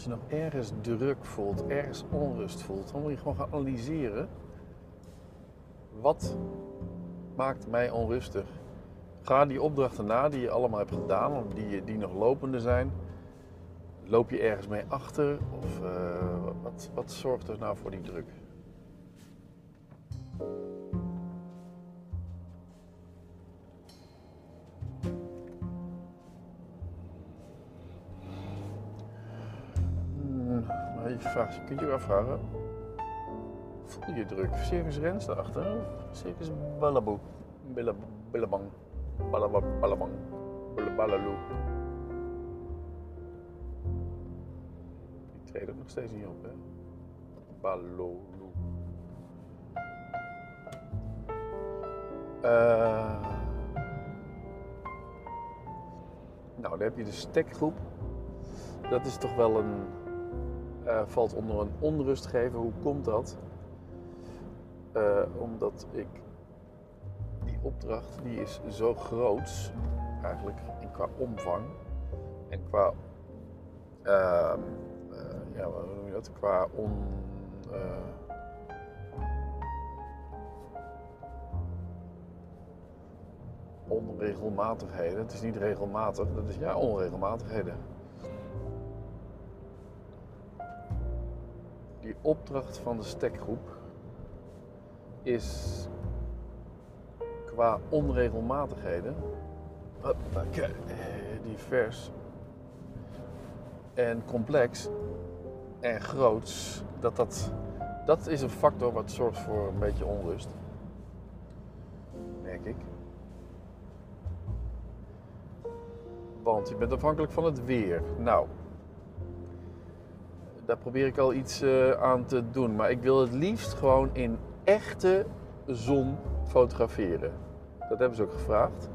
je nog ergens druk voelt, ergens onrust voelt, dan moet je gewoon gaan analyseren. Wat maakt mij onrustig? Ga die opdrachten na die je allemaal hebt gedaan, of die nog lopende zijn. Loop je ergens mee achter? Of wat zorgt er nou voor die druk? Maar je kunt je afvragen. Voel je druk? Circus Rens daarachter? Circus Balaboe? Billabang? Balabang? Balaloo? Die treedt er nog steeds niet op, hè? Baloloo. Nou, dan heb je de stekgroep. Dat is toch wel valt onder een onrust geven. Hoe komt dat? Omdat die opdracht die is zo groot, eigenlijk qua omvang en qua hoe noem je dat? Qua onregelmatigheden. Het is niet regelmatig, dat is onregelmatigheden. Die opdracht van de stekgroep is qua onregelmatigheden divers en complex en groots. Dat is een factor wat zorgt voor een beetje onrust, merk ik. Want je bent afhankelijk van het weer. Nou, daar probeer ik al iets aan te doen. Maar ik wil het liefst gewoon in echte zon fotograferen. Dat hebben ze ook gevraagd.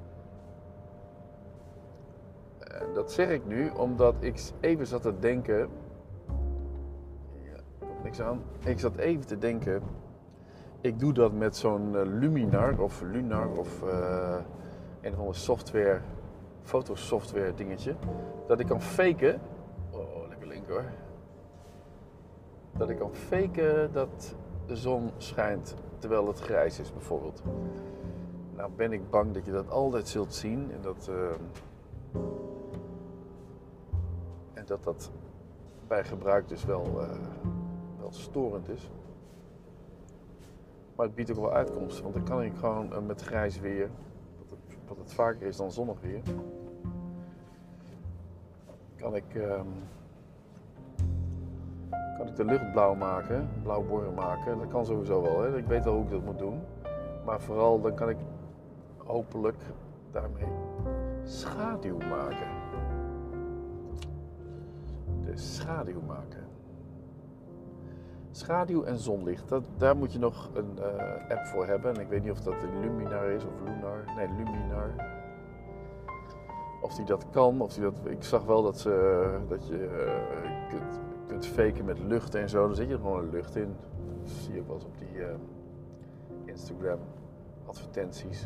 Dat zeg ik nu omdat ik even zat te denken. Ja, er komt niks aan. Ik zat even te denken. Ik doe dat met zo'n Luminar of een of andere software, fotosoftware dingetje. Dat ik kan faken. Oh, lekker link hoor. Dat ik kan faken dat de zon schijnt terwijl het grijs is bijvoorbeeld. Nou ben ik bang dat je dat altijd zult zien en dat bij gebruik dus wel storend is. Maar het biedt ook wel uitkomsten, want dan kan ik gewoon met grijs weer, wat het vaker is dan zonnig weer, kan ik de lucht blauw maken, blauwborren maken. Dat kan sowieso wel, hè? Ik weet wel hoe ik dat moet doen. Maar vooral dan kan ik hopelijk daarmee schaduw maken. De schaduw maken. Schaduw en zonlicht, daar moet je nog een app voor hebben. En ik weet niet of dat een Luminar is of Lunar. Nee, Luminar. Of die dat kan, ik zag wel dat je kunt faken met lucht en zo. Dan zet je er gewoon een lucht in. Dat zie je ook wel eens op die Instagram advertenties.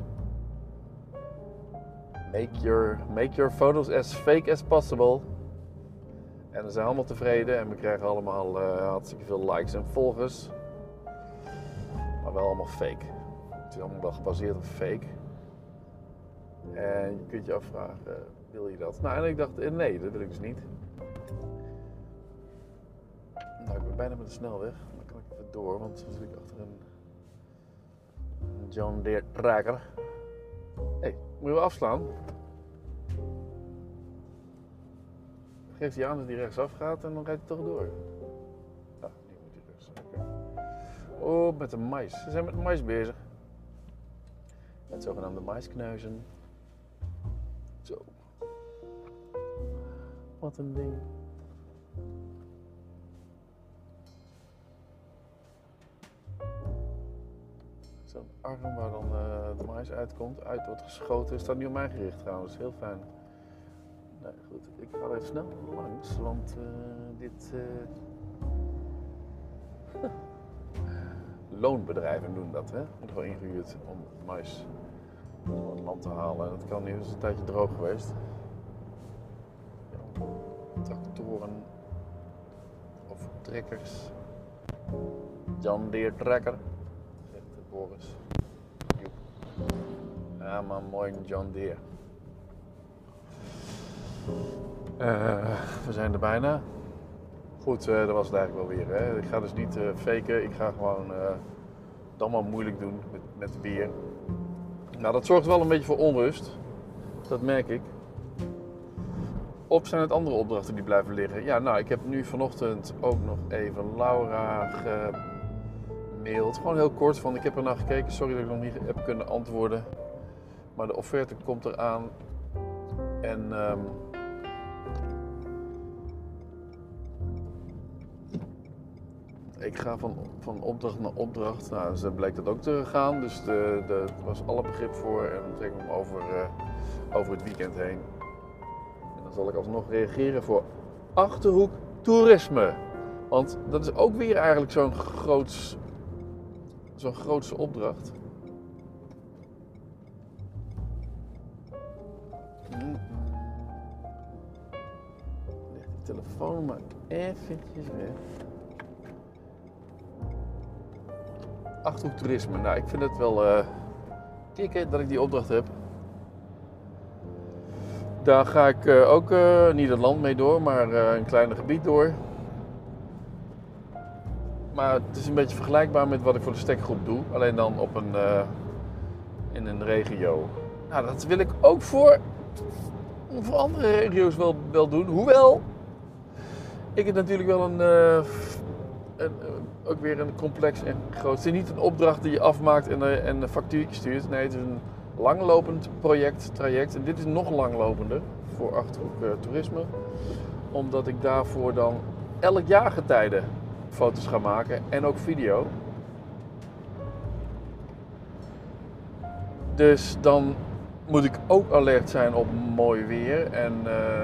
Make your photos as fake as possible. En dan zijn we allemaal tevreden en we krijgen allemaal hartstikke veel likes en volgers. Maar wel allemaal fake. Het is allemaal wel gebaseerd op fake. En je kunt je afvragen, wil je dat? Nou, en ik dacht, nee, dat wil ik dus niet. Nou, ik ben bijna met de snelweg. Dan kan ik even door, want dan zit ik achter een John Deere tractor. Hé, moet je wel afslaan? Geeft hij aan dat hij rechtsaf gaat en dan rijdt hij toch door. Ah, nu moet hij rechtsaf. Okay. Oh, met de mais. Ze zijn met de mais bezig. Het zogenaamde maiskneuzen. Zo. Wat een ding. Zo'n arm waar dan de mais uit wordt geschoten. Staat nu op mij gericht trouwens. Heel fijn. Nee, goed. Ik ga er even snel langs, want dit... Loonbedrijven doen dat, hè? Wordt gewoon ingehuurd om mais van het land te halen. En dat kan nu, is een tijdje droog geweest. Ja, tractoren Of trekkers. John Deere trekker, zegt Boris. Joep. Ja man, mooi John Deere. We zijn er bijna. Goed, dat was het eigenlijk wel weer. Hè. Ik ga dus niet faken, ik ga gewoon het allemaal moeilijk doen met de bier. Nou, dat zorgt wel een beetje voor onrust. Dat merk ik. Of zijn het andere opdrachten die blijven liggen? Ja, nou, ik heb nu vanochtend ook nog even Laura gemaild. Gewoon heel kort, van ik heb er naar gekeken. Sorry dat ik nog niet heb kunnen antwoorden. Maar de offerte komt eraan. En ik ga van opdracht naar opdracht. Nou, dus dan bleek dat ook te gaan. Dus er was alle begrip voor. En dan trek ik hem over het weekend heen. En dan zal ik alsnog reageren voor Achterhoek Toerisme. Want dat is ook weer eigenlijk zo'n grootse opdracht. Leg die telefoon maar eventjes weg. Achterhoek Toerisme. Nou, ik vind het wel kicken dat ik die opdracht heb. Daar ga ik ook niet het land mee door, maar een kleiner gebied door. Maar het is een beetje vergelijkbaar met wat ik voor de stekgroep doe. Alleen dan in een regio. Nou, dat wil ik ook voor andere regio's wel doen. Hoewel ik het natuurlijk wel ook weer een complex en groot. Het is niet een opdracht die je afmaakt en een factuurtje stuurt. Nee, het is een langlopend traject. En dit is nog langlopender voor Achterhoek Toerisme. Omdat ik daarvoor dan elk jaargetijde foto's ga maken en ook video. Dus dan moet ik ook alert zijn op mooi weer en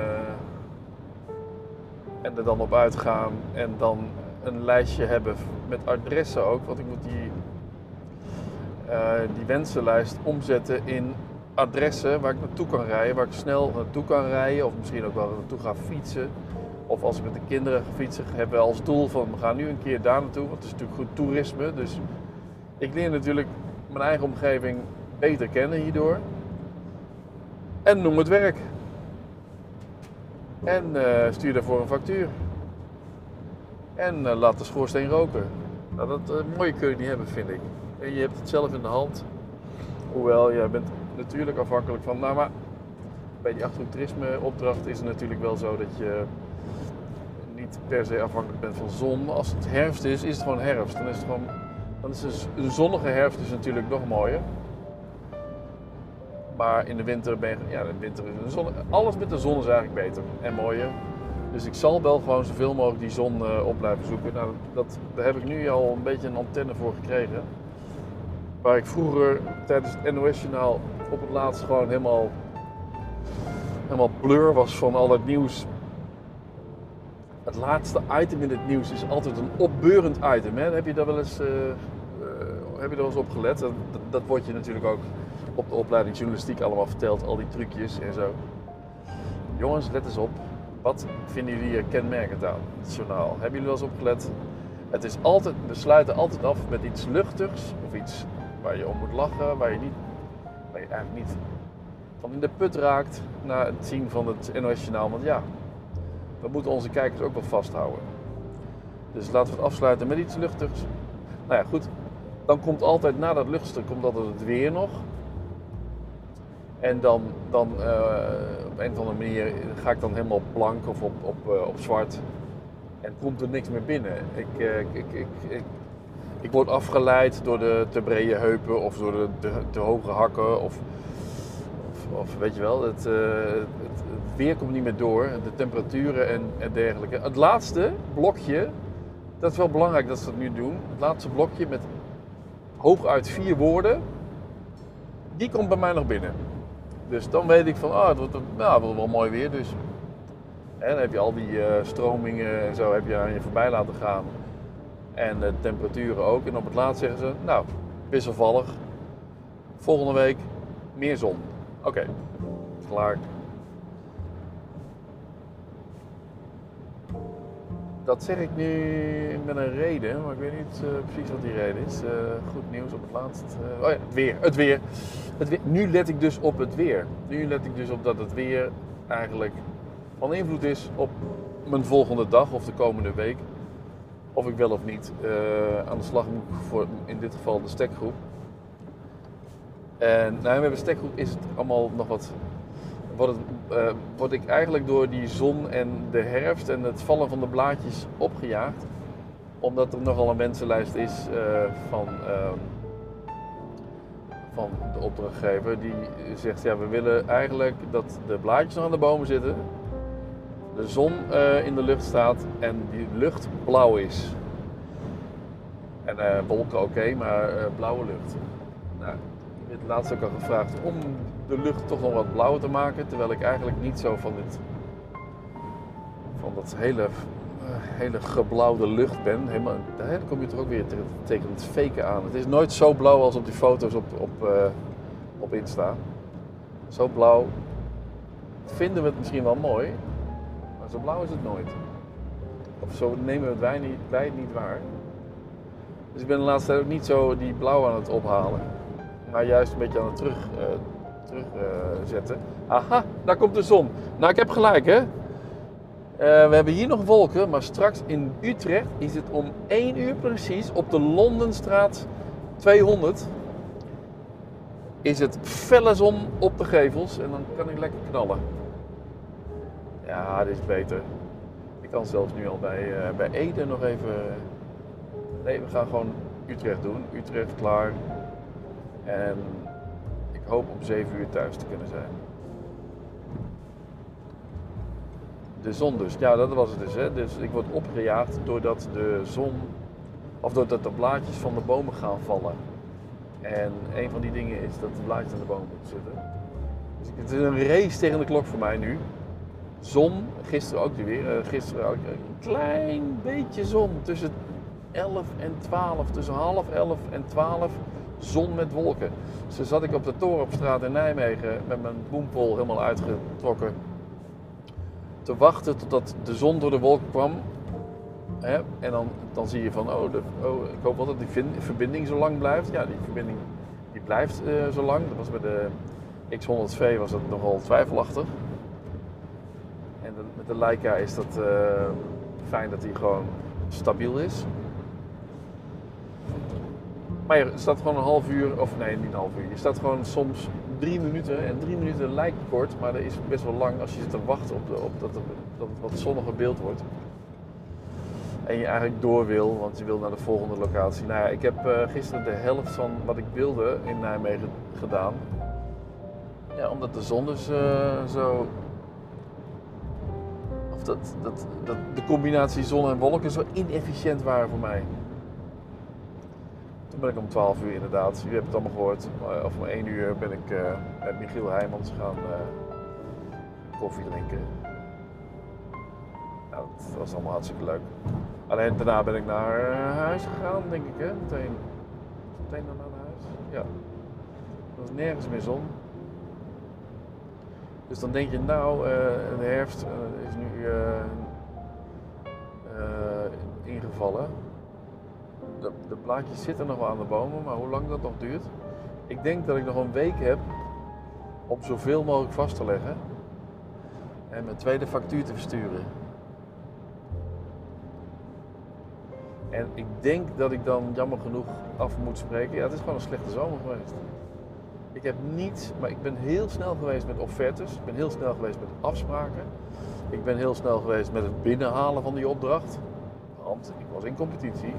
er dan op uitgaan en dan een lijstje hebben met adressen ook, want ik moet die wensenlijst omzetten in adressen waar ik naartoe kan rijden, waar ik snel naartoe kan rijden of misschien ook wel naartoe ga fietsen. Of als ik met de kinderen ga fietsen, hebben we als doel van we gaan nu een keer daar naartoe, want het is natuurlijk goed toerisme. Dus ik leer natuurlijk mijn eigen omgeving beter kennen hierdoor. En noem het werk. En stuur daarvoor een factuur. En laat de schoorsteen roken. Nou, dat mooie kun je niet hebben, vind ik. En je hebt het zelf in de hand. Hoewel, jij bent natuurlijk afhankelijk van... Nou, maar bij die Achterhoek Toerisme opdracht is het natuurlijk wel zo dat je niet per se afhankelijk bent van zon. Als het herfst is het gewoon herfst. Dan is een zonnige herfst is natuurlijk nog mooier. Maar in de winter is alles met de zon is eigenlijk beter en mooier. Dus ik zal wel gewoon zoveel mogelijk die zon op blijven zoeken. Nou, daar heb ik nu al een beetje een antenne voor gekregen. Waar ik vroeger tijdens het NOS-journaal op het laatst gewoon helemaal blur was van al het nieuws. Het laatste item in het nieuws is altijd een opbeurend item. Hè? Heb je daar wel eens op gelet? Dat wordt je natuurlijk ook op de opleiding journalistiek allemaal verteld. Al die trucjes en zo. Jongens, let eens op. Wat vinden jullie hier kenmerkend aan, het journaal? Hebben jullie wel eens opgelet? We sluiten altijd af met iets luchtigs of iets waar je om moet lachen, waar je eigenlijk niet van in de put raakt na het zien van het NOS-journaal. Want ja, we moeten onze kijkers ook wel vasthouden. Dus laten we het afsluiten met iets luchtigs. Nou ja, goed. Dan komt altijd na dat luchtige komt altijd het weer nog. En dan op een of andere manier ga ik dan helemaal blank of op zwart. En komt er niks meer binnen. Ik word afgeleid door de te brede heupen of door de te hoge hakken. Of weet je wel, het weer komt niet meer door. De temperaturen en dergelijke. Het laatste blokje, dat is wel belangrijk dat ze dat nu doen. Het laatste blokje met hooguit 4 woorden, die komt bij mij nog binnen. Dus dan weet ik van, het wordt wel mooi weer. Dus. En dan heb je al die stromingen en zo heb je aan je voorbij laten gaan. En de temperaturen ook. En op het laatst zeggen ze, wisselvallig. Volgende week meer zon. Oké, klaar. dat zeg ik nu met een reden, maar ik weet niet precies wat die reden is. Goed nieuws op het laatst. Oh ja, het weer. Nu let ik dus op het weer. Nu let ik dus op dat het weer eigenlijk van invloed is op mijn volgende dag of de komende week. Of ik wel of niet aan de slag moet voor in dit geval de stekgroep. En nou, met de stekgroep is het allemaal nog wat. Word ik eigenlijk door die zon en de herfst en het vallen van de blaadjes opgejaagd. Omdat er nogal een mensenlijst is van de opdrachtgever die zegt, ja, we willen eigenlijk dat de blaadjes nog aan de bomen zitten, de zon in de lucht staat en die lucht blauw is. En wolken oké, maar blauwe lucht. Nou, ik werd laatst ook al gevraagd om de lucht toch nog wat blauwer te maken, terwijl ik eigenlijk niet zo van dat hele geblauwde lucht ben. Helemaal, daar kom je toch ook weer tegen het faken aan. Het is nooit zo blauw als op die foto's op Insta. Zo blauw vinden we het misschien wel mooi, maar zo blauw is het nooit. Of zo nemen we het wij het niet waar. Dus ik ben de laatste tijd ook niet zo die blauw aan het ophalen, maar juist een beetje aan het terugzetten. Aha, daar komt de zon. Nou, ik heb gelijk, hè. We hebben hier nog wolken, maar straks in Utrecht is het om 1 uur precies op de Londenstraat 200 is het felle zon op de gevels en dan kan ik lekker knallen. Ja, dit is beter. Ik kan zelfs nu al bij Ede nog even. Nee, we gaan gewoon Utrecht doen. Utrecht klaar. En ik hoop om 7 uur thuis te kunnen zijn. De zon dus. Ja, dat was het dus. Hè. Dus ik word opgejaagd doordat de zon, of doordat de blaadjes van de bomen gaan vallen. En een van die dingen is dat de blaadjes aan de bomen moeten zitten. Dus het is een race tegen de klok voor mij nu. Zon, gisteren ook weer. Gisteren ook een klein beetje zon tussen 11 en 12, tussen half 11 en 12, zon met wolken. Dus toen zat ik op de Torenopstraat in Nijmegen met mijn boempol helemaal uitgetrokken. Te wachten totdat de zon door de wolken kwam. Hè? En dan zie je van, ik hoop wel dat die verbinding zo lang blijft. Ja, die verbinding die blijft zo lang. Dat was bij de X100V was dat nogal twijfelachtig. En met de Leica is dat fijn dat die gewoon stabiel is. Maar je staat gewoon een half uur, of nee, niet een half uur. Je staat gewoon soms 3 minuten. En 3 minuten lijkt kort, maar dat is best wel lang als je zit te wachten op dat het wat zonniger beeld wordt. En je eigenlijk door wil, want je wil naar de volgende locatie. Nou ja, ik heb gisteren de helft van wat ik wilde in Nijmegen gedaan. Ja, omdat de zon dus zo... Of dat de combinatie zon en wolken zo inefficiënt waren voor mij. Toen ben ik om 12 uur inderdaad, jullie hebben het allemaal gehoord, of om 1 uur ben ik met Michiel Heijmans gaan koffie drinken. Nou, dat was allemaal hartstikke leuk. Alleen daarna ben ik naar huis gegaan, denk ik, hè? Meteen dan naar huis. Ja. Er was nergens meer zon. Dus dan denk je, nou, de herfst is nu ingevallen. De blaadjes zitten nog wel aan de bomen, maar hoe lang dat nog duurt. Ik denk dat ik nog een week heb om zoveel mogelijk vast te leggen en mijn tweede factuur te versturen. En ik denk dat ik dan jammer genoeg af moet spreken. Ja, het is gewoon een slechte zomer geweest. Ik heb niets, maar ik ben heel snel geweest met offertes. Ik ben heel snel geweest met afspraken. Ik ben heel snel geweest met het binnenhalen van die opdracht. Want ik was in competitie.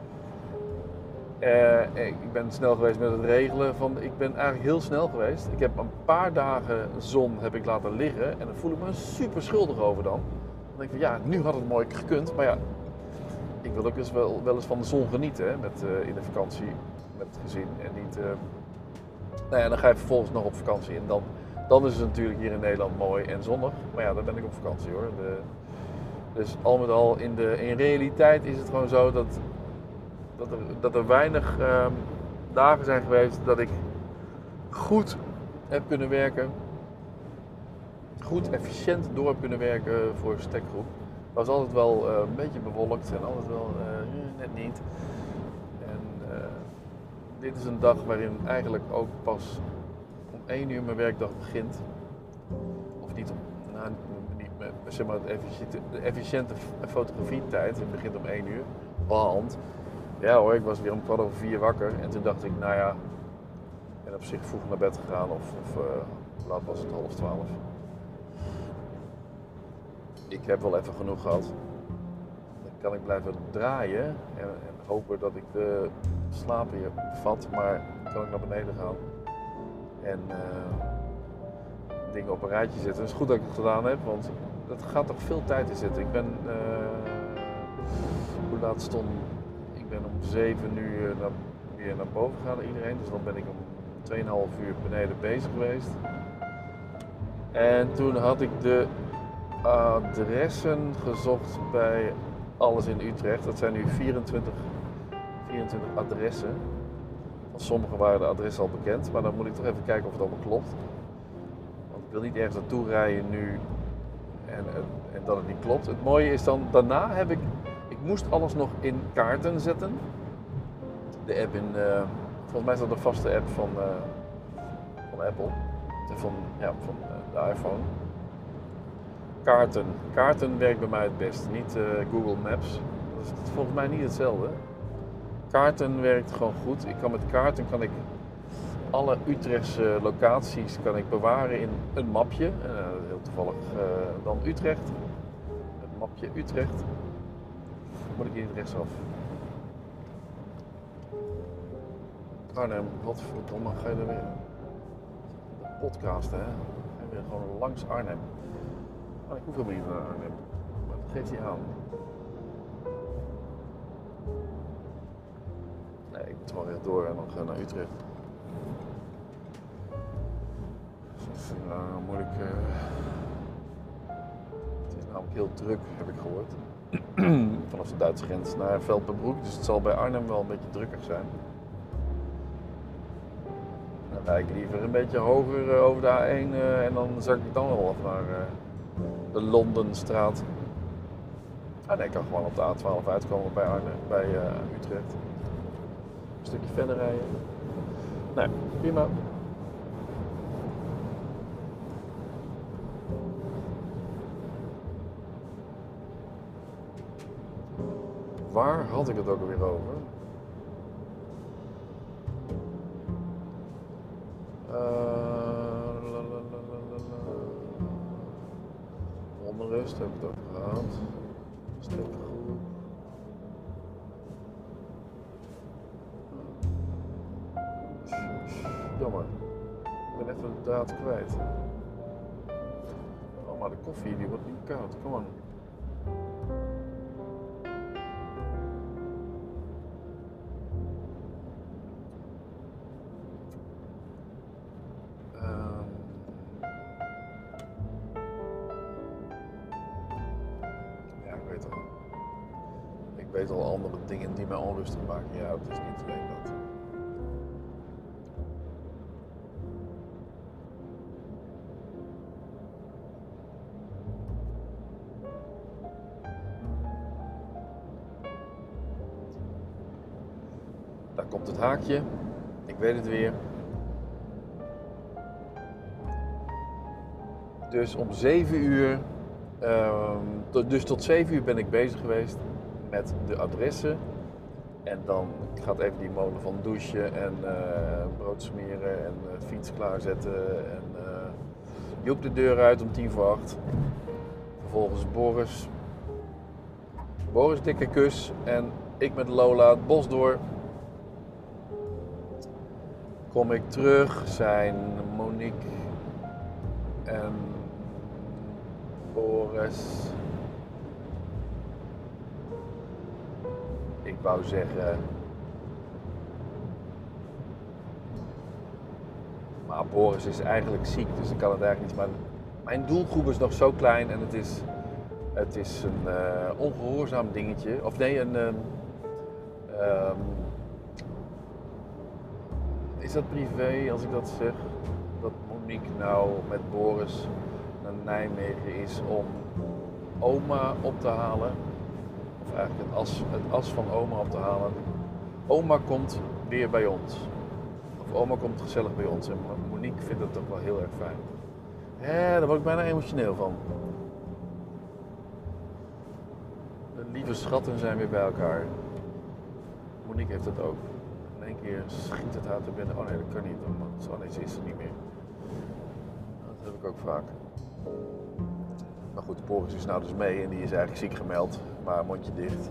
Ik ben snel geweest met het regelen van. Ik ben eigenlijk heel snel geweest. Ik heb een paar dagen zon heb ik laten liggen. En daar voel ik me super schuldig over dan. Dan denk ik van ja, nu had het mooi gekund. Maar ja, ik wil ook eens wel eens van de zon genieten. Hè, in de vakantie met het gezin. En niet... Nou ja, dan ga je vervolgens nog op vakantie. En dan is het natuurlijk hier in Nederland mooi en zonnig. Maar ja, dan ben ik op vakantie hoor. Dus al met al, in realiteit is het gewoon zo dat er weinig dagen zijn geweest dat ik goed heb kunnen werken. Goed, efficiënt door heb kunnen werken voor een stekgroep. was altijd wel een beetje bewolkt en altijd wel net niet. En dit is een dag waarin eigenlijk ook pas om 1 uur mijn werkdag begint. Of niet om, nou, niet, zeg maar de efficiënte fotografietijd. Het begint om 1 uur. Want, ja hoor, ik was weer om 4:15 wakker. En toen dacht ik, nou ja, ik ben op zich vroeg naar bed gegaan. Of laat was het 11:30. Ik heb wel even genoeg gehad. Dan kan ik blijven draaien en hopen dat ik de slaap weer vat, maar dan kan ik naar beneden gaan en dingen op een rijtje zetten. Het is goed dat ik het gedaan heb, want dat gaat toch veel tijd in zitten. Ik ben, hoe laat stond? Ik ben om 7 uur weer naar boven gegaan naar iedereen, dus dan ben ik om 2,5 uur beneden bezig geweest. En toen had ik de adressen gezocht bij alles in Utrecht. Dat zijn nu 24 adressen. Van sommige waren de adressen al bekend, maar dan moet ik toch even kijken of het allemaal klopt. Want ik wil niet ergens naartoe rijden nu en dat het niet klopt. Het mooie is dan, daarna heb ik moest alles nog in kaarten zetten. De app volgens mij is dat een vaste app van Apple. Van de iPhone. Kaarten werkt bij mij het best, niet Google Maps. Dat is volgens mij niet hetzelfde. Kaarten werkt gewoon goed. Met kaarten kan ik alle Utrechtse locaties bewaren in een mapje. Heel toevallig dan Utrecht. Het mapje Utrecht. Moet ik hier rechtsaf. Arnhem, wat verdomme, ga je er weer? De podcast, hè? Ga je weer gewoon langs Arnhem. Oh, ik hoef helemaal niet naar Arnhem. Maar dat geeft hij aan. Nee, ik moet gewoon rechtdoor en dan ga ik naar Utrecht. Dus moeilijk. Het is namelijk heel druk, heb ik gehoord. Vanaf de Duitse grens naar Velpenbroek. Dus het zal bij Arnhem wel een beetje drukker zijn. Dan rijd ik liever een beetje hoger over de A1 en dan zak ik dan wel af naar de Londenstraat. Nee, ik kan gewoon op de A12 uitkomen bij Utrecht. Een stukje verder rijden. Nee, prima. Waar had ik het ook alweer over? Onrust heb ik het over gehad. Stekgroep. Jammer. Ik ben even de draad kwijt. Oh, maar de koffie die wordt niet koud. Kom aan. Ik weet al andere dingen die mij onrustig maken. Ja, het is niet alleen dat. Daar komt het haakje. Ik weet het weer. Dus om 7 uur, dus tot 7 uur ben ik bezig geweest met de adressen. En dan gaat even die molen van douchen en brood smeren en fiets klaarzetten. En Joep de deur uit om 7:50. Vervolgens Boris dikke kus en ik met Lola het bos door. Kom ik terug, zijn Monique en Boris. Ik wou zeggen. Maar Boris is eigenlijk ziek, dus ik kan het eigenlijk niet. Maar mijn doelgroep is nog zo klein en het is een ongehoorzaam dingetje. Of nee, is dat privé als ik dat zeg? Dat Monique nou met Boris naar Nijmegen is om oma op te halen. Of eigenlijk het as van oma op te halen. Oma komt weer bij ons. Of oma komt gezellig bij ons. En Monique vindt het toch wel heel erg fijn. Daar word ik bijna emotioneel van. De lieve schatten zijn weer bij elkaar. Monique heeft het ook. In één keer schiet het haar te binnen. Oh nee, dat kan niet. Oh nee, ze is er niet meer. Dat heb ik ook vaak. Maar goed, Boris is nou dus mee en die is eigenlijk ziek gemeld. Maar mondje dicht.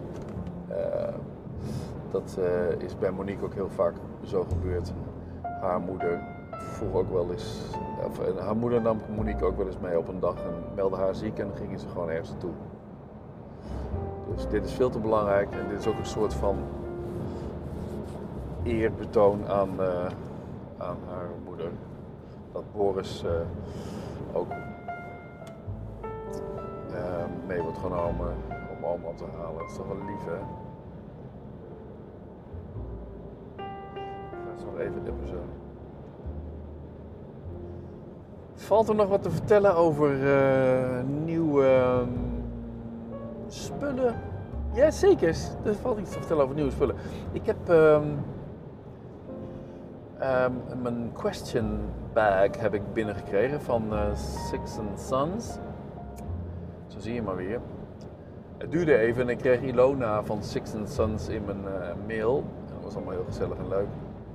Dat is bij Monique ook heel vaak zo gebeurd. Haar moeder vroeg ook wel eens... haar moeder nam Monique ook wel eens mee op een dag en meldde haar ziek en dan gingen ze gewoon ergens naartoe. Dus dit is veel te belangrijk en dit is ook een soort van eerbetoon aan haar moeder. Dat Boris ook mee wordt genomen om oma op te halen. Dat is toch wel lief, hè? Ik ga het nog even dippen zo. Valt er nog wat te vertellen over nieuwe spullen? Ja, zeker. Er valt iets te vertellen over nieuwe spullen. Ik heb mijn question bag heb ik binnengekregen van Six Sons. Zo zie je maar weer. Het duurde even en ik kreeg Ilona van Six Sons in mijn mail. En dat was allemaal heel gezellig en leuk.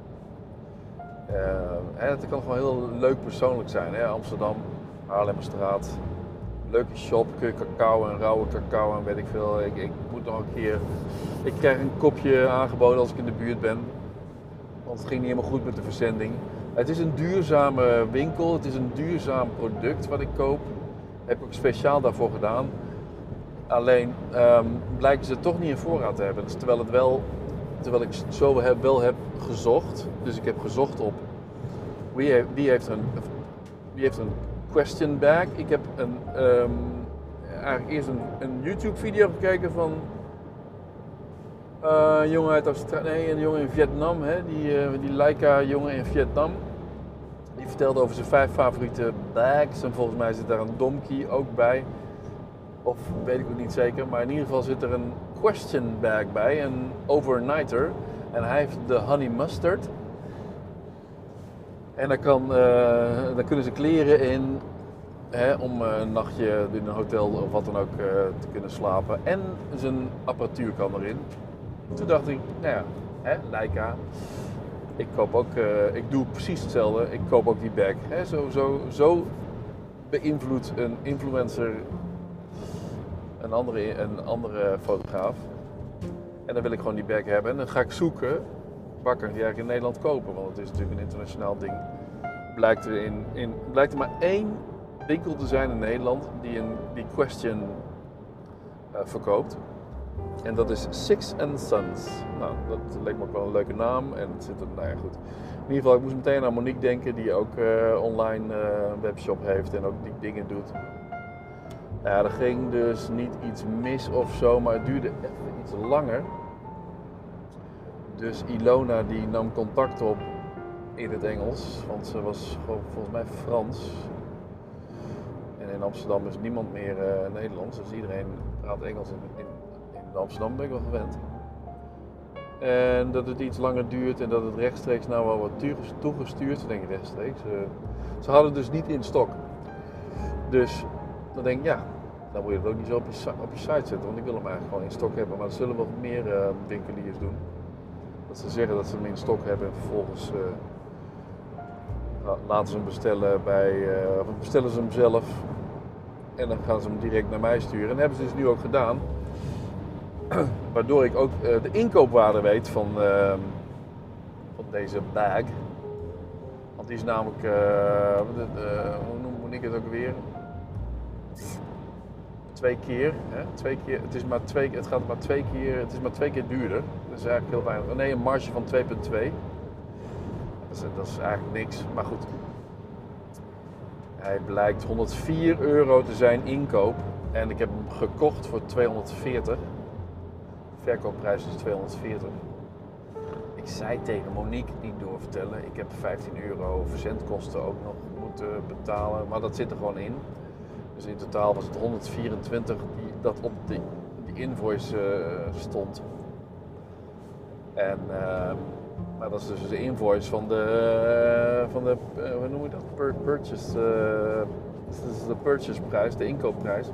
Het kan gewoon heel leuk persoonlijk zijn. Hè? Amsterdam, Haarlemmerstraat. Leuke shop, kun je cacao en rauwe cacao en weet ik veel. Ik moet nog een keer... Ik krijg een kopje aangeboden als ik in de buurt ben. Want het ging niet helemaal goed met de verzending. Het is een duurzame winkel. Het is een duurzaam product wat ik koop. Heb ik ook speciaal daarvoor gedaan. Alleen blijken ze het toch niet in voorraad te hebben. Dus terwijl ik zo wel heb gezocht. Dus ik heb gezocht op wie heeft een question bag. Ik heb eigenlijk eerst een YouTube video gekeken van een jongen uit Australië, nee, een jongen in Vietnam, hè, die Leica jongen in Vietnam. Die vertelde over zijn 5 favoriete bags en volgens mij zit daar een Domkey ook bij. Of weet ik ook niet zeker, maar in ieder geval zit er een question bag bij, een overnighter. En hij heeft de honey mustard. En daar kunnen ze kleren in, om een nachtje in een hotel of wat dan ook te kunnen slapen. En zijn apparatuur kan erin. Toen dacht ik, nou ja, Leica. Ik doe precies hetzelfde. Ik koop ook die bag. Zo beïnvloedt een influencer een andere fotograaf. En dan wil ik gewoon die bag hebben. En dan ga ik zoeken, waar kan ik die eigenlijk in Nederland kopen? Want het is natuurlijk een internationaal ding. Blijkt er maar 1 winkel te zijn in Nederland die question verkoopt. En dat is Six Sons. Nou, dat leek me ook wel een leuke naam. En het zit er, nou ja, goed. In ieder geval, ik moest meteen aan Monique denken, die ook online webshop heeft en ook die dingen doet. Ja, er ging dus niet iets mis of zo, maar het duurde even iets langer. Dus Ilona die nam contact op in het Engels, want ze was gewoon volgens mij Frans. En in Amsterdam is niemand meer Nederlands, dus iedereen praat Engels in Amsterdam, ben ik wel gewend. En dat het iets langer duurt en dat het rechtstreeks nou wel wordt toegestuurd. Ik denk rechtstreeks. Ze hadden het dus niet in stok. Dus dan denk ik, ja, dan moet je het ook niet zo op je site zetten. Want ik wil hem eigenlijk gewoon in stok hebben. Maar dat zullen wel meer winkeliers doen. Dat ze zeggen dat ze hem in stok hebben en vervolgens laten ze hem bestellen of bestellen ze hem zelf. En dan gaan ze hem direct naar mij sturen. En dat hebben ze dus nu ook gedaan. Waardoor ik ook de inkoopwaarde weet van deze bag. Want die is namelijk, hoe noem ik het ook weer? 2 keer. Hè? 2 keer. Het is maar 2 keer duurder. Dat is eigenlijk heel weinig. Nee, een marge van 2,2. Dat is eigenlijk niks. Maar goed. Hij blijkt €104 te zijn inkoop. En ik heb hem gekocht voor 240. De verkoopprijs is 240. Ik zei tegen Monique niet doorvertellen. Ik heb €15 verzendkosten ook nog moeten betalen. Maar dat zit er gewoon in. Dus in totaal was het 124 dat op die invoice stond. En maar dat is dus de invoice van de hoe noem je dat? Purchase. Dat is de purchaseprijs, de inkoopprijs.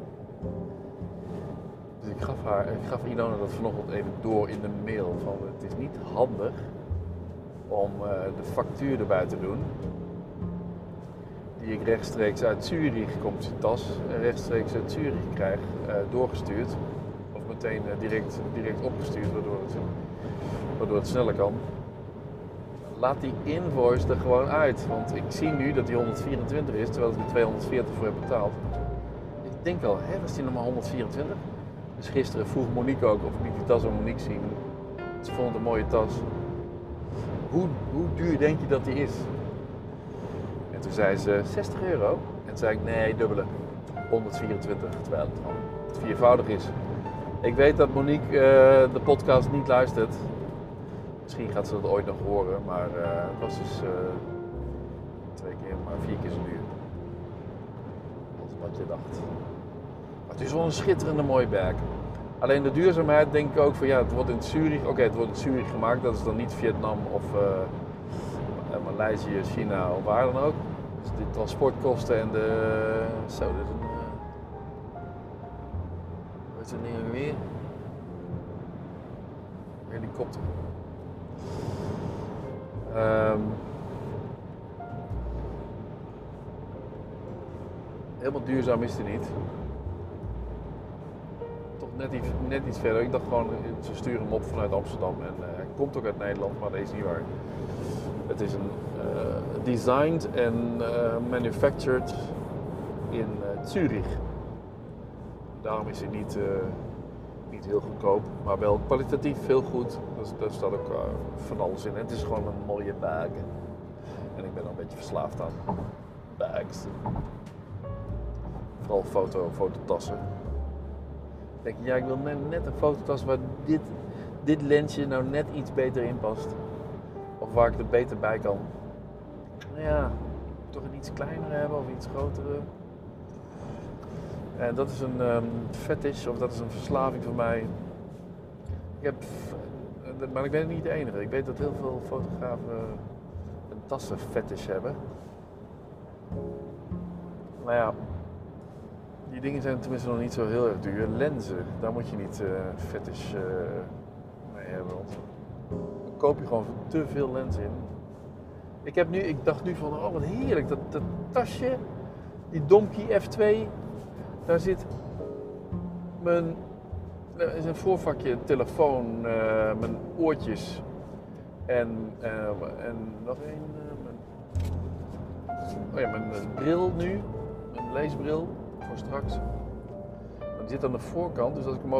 Dus ik gaf Ilona dat vanochtend even door in de mail. Van het is niet handig om de factuur erbij te doen. Die ik rechtstreeks uit Zurich, komt die tas, rechtstreeks uit Zurich krijg, doorgestuurd. Of meteen direct opgestuurd, waardoor het sneller kan. Laat die invoice er gewoon uit. Want ik zie nu dat die 124 is, terwijl ik er 240 voor heb betaald. Ik denk al, was die nog maar 124? Dus gisteren vroeg Monique ook of ik niet die tas aan Monique zien. Ze vond het een mooie tas. Hoe duur denk je dat die is? En toen zei ze €60. En toen zei ik nee, dubbele. 124, terwijl het gewoon viervoudig is. Ik weet dat Monique de podcast niet luistert. Misschien gaat ze dat ooit nog horen, maar het was dus 2 keer, maar 4 keer zo duur. Dat is wat je dacht. Maar het is wel een schitterende mooie bag. Alleen de duurzaamheid denk ik ook van ja, het wordt in Zurich, het wordt in Zurich gemaakt. Dat is dan niet Vietnam of Maleisië, China of waar dan ook. Dus de transportkosten en de... Zo, dit is een... Wat is het ding weer? Helikopter. Helemaal duurzaam is het niet. Toch net iets verder. Ik dacht gewoon, ze sturen hem op vanuit Amsterdam. En hij komt ook uit Nederland, maar dat is niet waar. Het is een designed en manufactured in Zurich. Daarom is hij niet heel goedkoop, maar wel kwalitatief heel goed. Daar staat ook van alles in. En het is gewoon een mooie bag. En ik ben er een beetje verslaafd aan bags. Vooral fototassen. Ik denk, ja, ik wil net een fototas waar dit lensje nou net iets beter in past. Of waar ik er beter bij kan. Nou ja, toch een iets kleinere hebben of iets grotere. En dat is een fetish, of dat is een verslaving van mij. Maar ik ben niet de enige. Ik weet dat heel veel fotografen een tassenfetish hebben. Maar ja, die dingen zijn tenminste nog niet zo heel erg duur. Lenzen, daar moet je niet fetish mee hebben. Want dan koop je gewoon te veel lenzen in. Ik dacht nu van, oh wat heerlijk, dat tasje, die Domkey F2, daar zit is een voorvakje, telefoon, mijn oortjes en nog één, mijn bril nu, mijn leesbril voor straks. Die zit aan de voorkant, dus als ik hem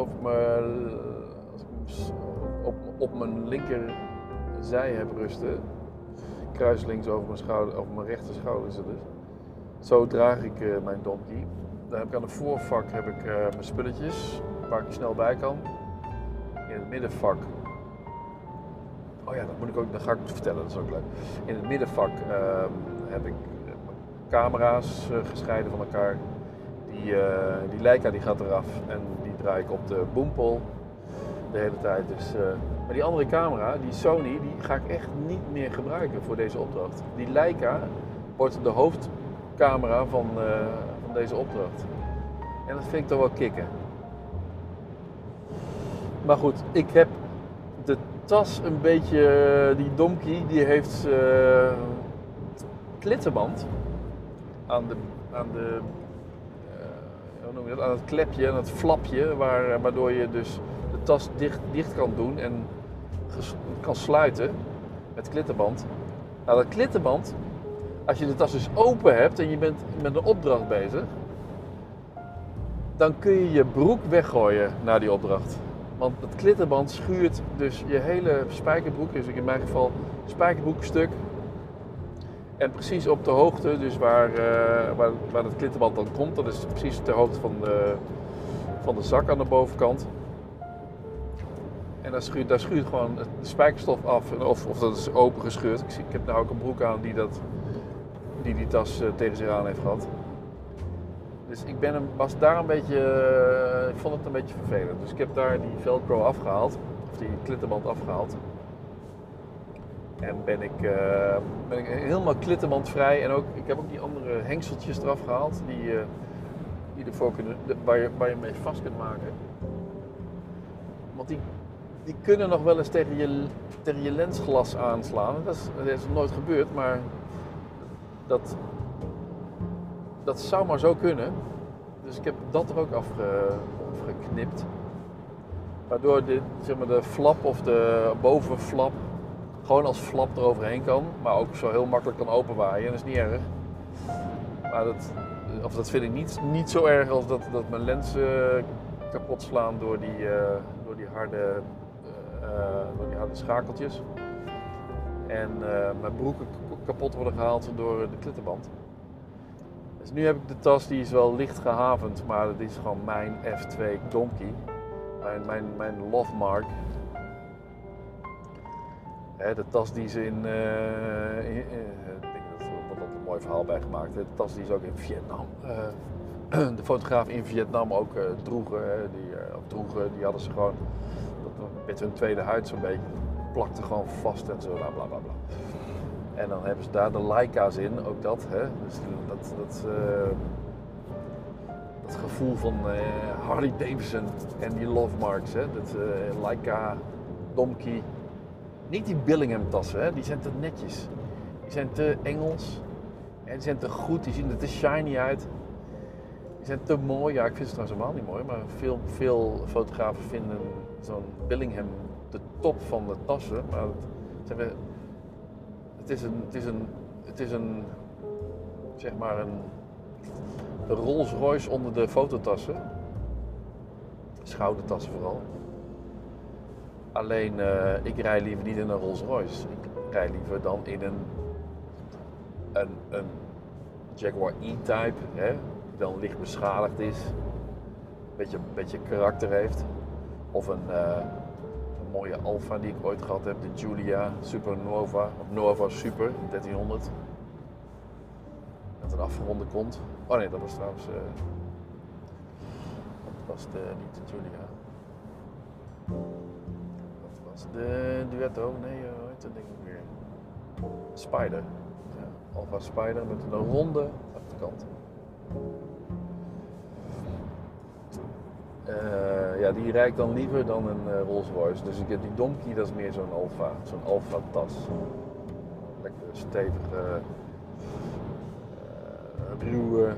op mijn linkerzij heb rusten, kruislinks over mijn schouder, over mijn rechter schouder is het dus. Zo draag ik mijn Domkey. Dan heb ik aan de voorvak mijn spulletjes, waar ik snel bij kan. In het middenvak, dat ga ik vertellen, dat is ook leuk. In het middenvak heb ik camera's gescheiden van elkaar. Die Leica die gaat eraf en die draai ik op de boompole de hele tijd. Dus, maar die andere camera, die Sony, die ga ik echt niet meer gebruiken voor deze opdracht. Die Leica wordt de hoofdcamera van deze opdracht. En dat vind ik toch wel kicken. Maar goed, ik heb de tas een beetje, die Domkey, die heeft klittenband aan het klepje, aan het flapje, waardoor je dus de tas dicht kan doen en kan sluiten met klittenband. Nou, dat klittenband, als je de tas dus open hebt en je bent met een opdracht bezig, dan kun je je broek weggooien na die opdracht. Want het klittenband schuurt dus je hele spijkerbroek, dus in mijn geval spijkerbroekstuk. En precies op de hoogte, dus waar het klittenband dan komt, dat is precies ter hoogte van de zak aan de bovenkant. En daar schuurt gewoon de spijkerstof af, of dat is open gescheurd. Ik heb nou ook een broek aan die tas tegen zich aan heeft gehad. Dus was daar een beetje, ik vond het een beetje vervelend. Dus ik heb daar die velcro afgehaald, of die klittenband afgehaald. En ben ik helemaal klittenbandvrij. En ik heb ook die andere hengseltjes eraf gehaald, die ervoor kunnen, waar je mee vast kunt maken. Want die kunnen nog wel eens tegen je lensglas aanslaan. Dat is nog nooit gebeurd, maar dat zou maar zo kunnen. Dus ik heb dat er ook afgeknipt. Waardoor de flap of de bovenflap gewoon als flap eroverheen kan. Maar ook zo heel makkelijk kan openwaaien. Dat is niet erg. Maar dat vind ik niet zo erg als dat mijn lenzen kapot slaan door die harde schakeltjes. En mijn broeken kapot worden gehaald door de klittenband. Dus nu heb ik de tas, die is wel licht gehavend, maar dat is gewoon mijn F2 Donkey. Mijn love mark. De tas die ze ik denk dat er wordt een mooi verhaal bij gemaakt. De tas die ze ook in Vietnam, de fotograaf in Vietnam ook droegen. Die hadden ze gewoon met hun tweede huid zo'n beetje. Plakte gewoon vast en zo, bla bla bla bla. En dan hebben ze daar de Leica's in, ook dat. Hè? Dus dat gevoel van Harley Davidson en die love marks. Hè? Dat Leica, Donkey. Niet die Billingham tassen, hè? Die zijn te netjes. Die zijn te Engels. En die zijn te goed, die zien er te shiny uit. Die zijn te mooi. Ja, ik vind ze trouwens helemaal niet mooi. Maar veel fotografen vinden zo'n Billingham de top van de tassen. Maar het is een zeg maar een Rolls Royce onder de fototassen. Schoudertassen vooral. Alleen ik rij liever niet in een Rolls Royce. Ik rij liever dan in een Jaguar E-Type, hè, die dan licht beschadigd is, een beetje karakter heeft. Of een mooie Alfa die ik ooit gehad heb, de Giulia Supernova, of Nova Super 1300. Met een afgeronde kont. Oh nee, dat was trouwens niet de Giulia. Dat was de Duetto, nee, hoe heet dat ding weer? Spider. Ja, Alfa Spider met een ronde achterkant. Ja, die rijd ik dan liever dan een Rolls Royce. Dus ik heb die Donkey, dat is meer zo'n Alfa tas. Lekker stevige, ruwe.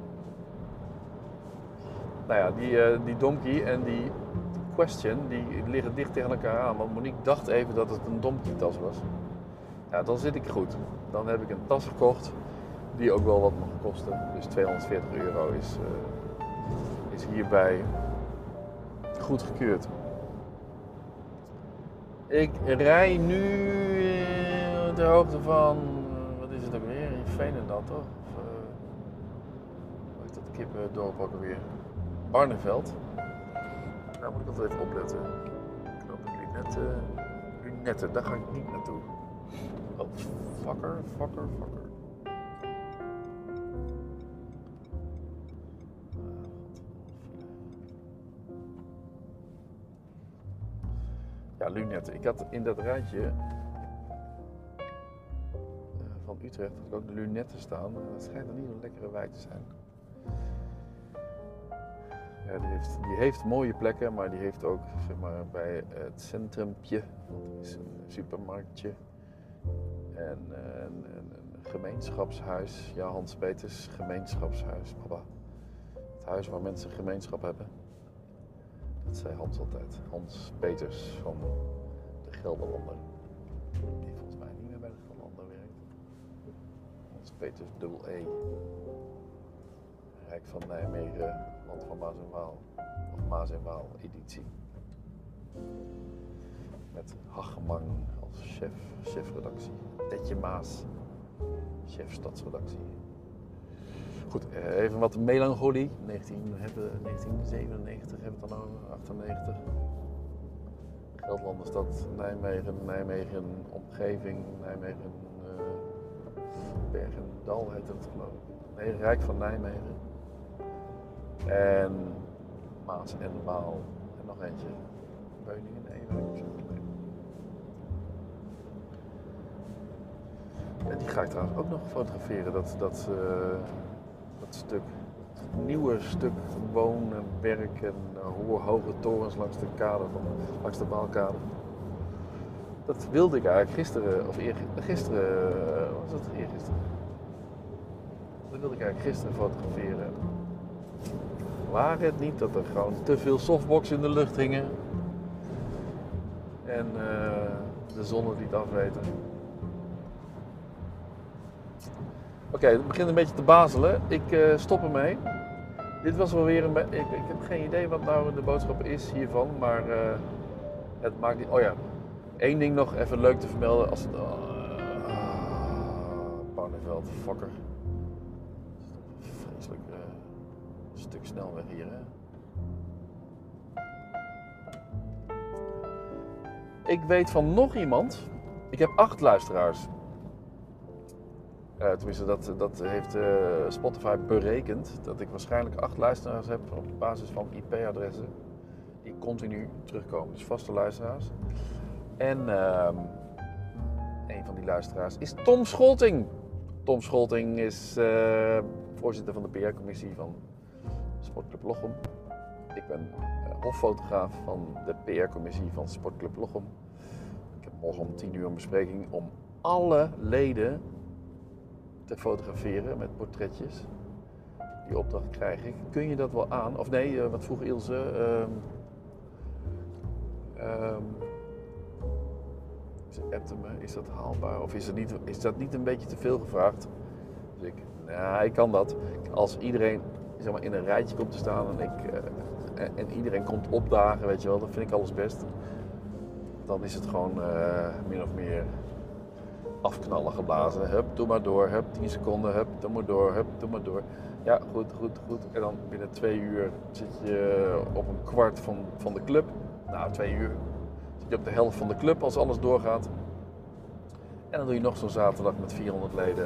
Nou ja, die Donkey en die Question, die liggen dicht tegen elkaar aan. Want Monique dacht even dat het een Donkey tas was. Ja, dan zit ik goed. Dan heb ik een tas gekocht die ook wel wat mag kosten. Dus €240 is hierbij goedgekeurd. Ik rij nu de hoogte van, wat is het ook weer? In Veenendaal toch? Of hoe heet dat kippendorp ook weer? Barneveld. Daar moet ik altijd even opletten. Ik loop lunetten, daar ga ik niet naartoe. Oh, fucker. Ja, lunetten. Ik had in dat rijtje van Utrecht had ik ook de lunetten staan. Dat schijnt er niet een lekkere wijk te zijn. Ja, die heeft mooie plekken, maar die heeft ook zeg maar, bij het centrumpje, dat is een supermarktje en een gemeenschapshuis. Ja, Hans Peters gemeenschapshuis, papa. Het huis waar mensen gemeenschap hebben. Dat zei Hans altijd. Hans Peters van de Gelderlander. Die volgens mij niet meer bij de Gelderlander werkt. Hans Peters dubbel E. Rijk van Nijmegen, Land van Maas en Waal. Of Maas en Waal editie. Met Hageman als chefredactie. Tetje Maas, chef stadsredactie. Goed, even wat melancholie. 1997 hebben we het dan over, 98. Gelderlanderstad, Nijmegen, omgeving, Nijmegen, Bergendal heet het geloof ik. Nee, Rijk van Nijmegen. En Maas en Waal. En nog eentje. Beuningen? Nee, weet ik niet. En die ga ik trouwens ook nog fotograferen. Dat stuk. Het nieuwe stuk wonen, werk en hoge torens langs de kade, langs de Waalkade. Dat wilde ik eigenlijk gisteren, of gisteren, was het eergisteren? Dat wilde ik eigenlijk gisteren fotograferen. Waar het niet dat er gewoon te veel softbox in de lucht hingen. En de zon het niet afweten. Oké, het begint een beetje te bazelen. Ik stop ermee. Dit was wel weer ik heb geen idee wat nou de boodschap is hiervan, maar het maakt niet... Oh ja, één ding nog even leuk te vermelden. Als het... Barneveld, fucker. Vreselijk stuk snelweg hier, hè. Ik weet van nog iemand. Ik heb 8 luisteraars. Tenminste, dat heeft Spotify berekend. Dat ik waarschijnlijk 8 luisteraars heb op basis van IP-adressen. Die continu terugkomen. Dus vaste luisteraars. En een van die luisteraars is Tom Scholting. Tom Scholting is voorzitter van de PR-commissie van Sportclub Lochem. Ik ben hoffotograaf van de PR-commissie van Sportclub Lochem. Ik heb morgen om 10 uur een bespreking om alle leden te fotograferen met portretjes. Die opdracht krijg ik. Kun je dat wel aan? Of nee, wat vroeg Ilse? Ze appte me, is dat haalbaar? Of is dat niet een beetje te veel gevraagd? Dus ik kan dat. Als iedereen zeg maar, in een rijtje komt te staan en iedereen komt opdagen, weet je wel, dan vind ik alles best. Dan is het gewoon min of meer afknallen geblazen. Hup, doe maar door. Hup, 10 seconden. Hup, doe maar door. Hup, doe maar door. Ja, goed. En dan binnen 2 uur zit je op een kwart van de club. Nou, 2 uur zit je op de helft van de club als alles doorgaat. En dan doe je nog zo'n zaterdag met 400 leden.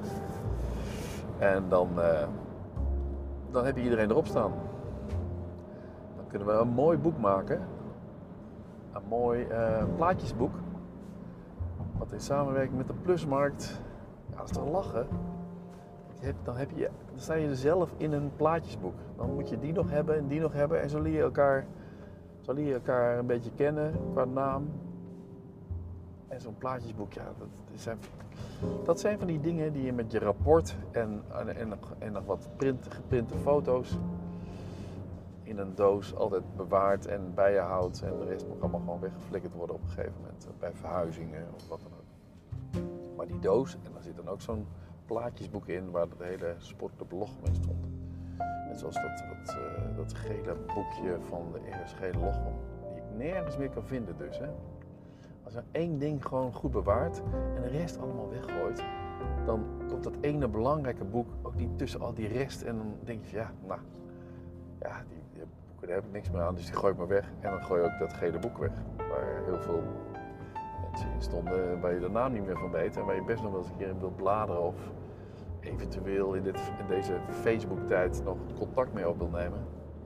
En dan heb je iedereen erop staan. Dan kunnen we een mooi boek maken. Een mooi plaatjesboek. Wat in samenwerking met de Plusmarkt. Ja, dat is toch lachen. Dan sta je er zelf in een plaatjesboek. Dan moet je die nog hebben en die nog hebben. En zo leer je elkaar een beetje kennen qua naam. En zo'n plaatjesboek, ja, dat zijn van die dingen die je met je rapport en nog wat geprinte foto's in een doos altijd bewaart en bij je houdt. En de rest moet allemaal gewoon weggeflikkerd worden op een gegeven moment. Bij verhuizingen of wat dan ook. Maar die doos, en daar zit dan ook zo'n plaatjesboek in waar de hele Sportclub Lochem in stond. Net zoals dat gele boekje van de RSG Lochem. Die ik nergens meer kan vinden dus. Hè. Als er één ding gewoon goed bewaart en de rest allemaal weggooit, dan komt dat ene belangrijke boek ook niet tussen al die rest. En dan denk je van die boeken, daar heb ik niks meer aan, dus die gooi ik maar weg. En dan gooi je ook dat gele boek weg, waar heel veel mensen in stonden, waar je de naam niet meer van weet. En waar je best nog wel eens een keer in wilt bladeren of eventueel in deze Facebook-tijd nog contact mee op wil nemen.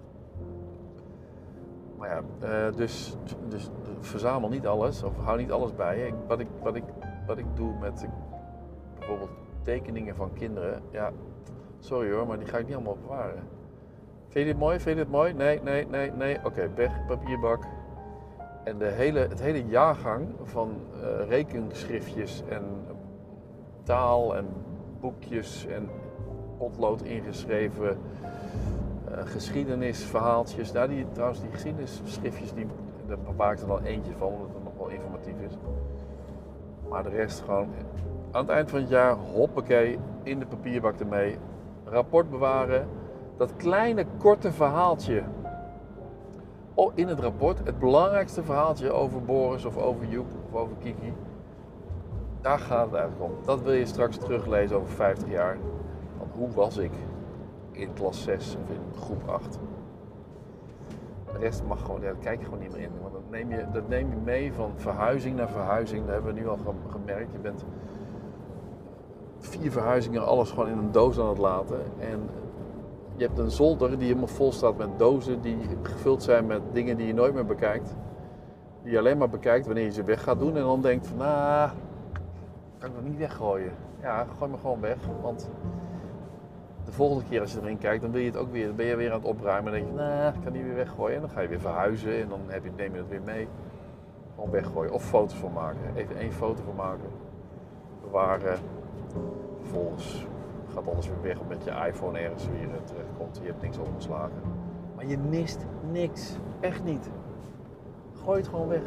Maar ja, dus verzamel niet alles of hou niet alles bij je. Wat ik doe met bijvoorbeeld tekeningen van kinderen, ja, sorry hoor, maar die ga ik niet allemaal bewaren. Vind je dit mooi? Vind je dit mooi? Nee. Oké, weg, papierbak. En het hele jaargang van rekenschriftjes en taal en boekjes en potlood ingeschreven geschiedenisverhaaltjes. Nou, die geschiedenisschriftjes, daar maak ik er dan eentje van, omdat het nog wel informatief is. Maar de rest gewoon aan het eind van het jaar, hoppakee, in de papierbak ermee. Rapport bewaren. Dat kleine, korte verhaaltje in het rapport, het belangrijkste verhaaltje over Boris of over Joep of over Kiki. Daar gaat het eigenlijk om. Dat wil je straks teruglezen over 50 jaar. Want hoe was ik in klas 6 of in groep 8? De rest mag gewoon, daar kijk je gewoon niet meer in. Want dat neem je mee van verhuizing naar verhuizing. Dat hebben we nu al gemerkt. Je bent 4 verhuizingen alles gewoon in een doos aan het laten. En je hebt een zolder die helemaal vol staat met dozen die gevuld zijn met dingen die je nooit meer bekijkt. Die je alleen maar bekijkt wanneer je ze weg gaat doen en dan denkt van, kan ik nog niet weggooien. Ja, gooi me gewoon weg, want de volgende keer als je erin kijkt, dan wil je het ook weer, dan ben je weer aan het opruimen en dan denk je, ik kan die weer weggooien. En dan ga je weer verhuizen en dan neem je het weer mee. Gewoon weggooien of foto's van maken. Even 1 foto van maken, bewaren. Vervolgens gaat alles weer weg omdat je iPhone ergens weer terechtkomt. Je hebt niks opgeslagen. Maar je mist niks. Echt niet. Gooi het gewoon weg.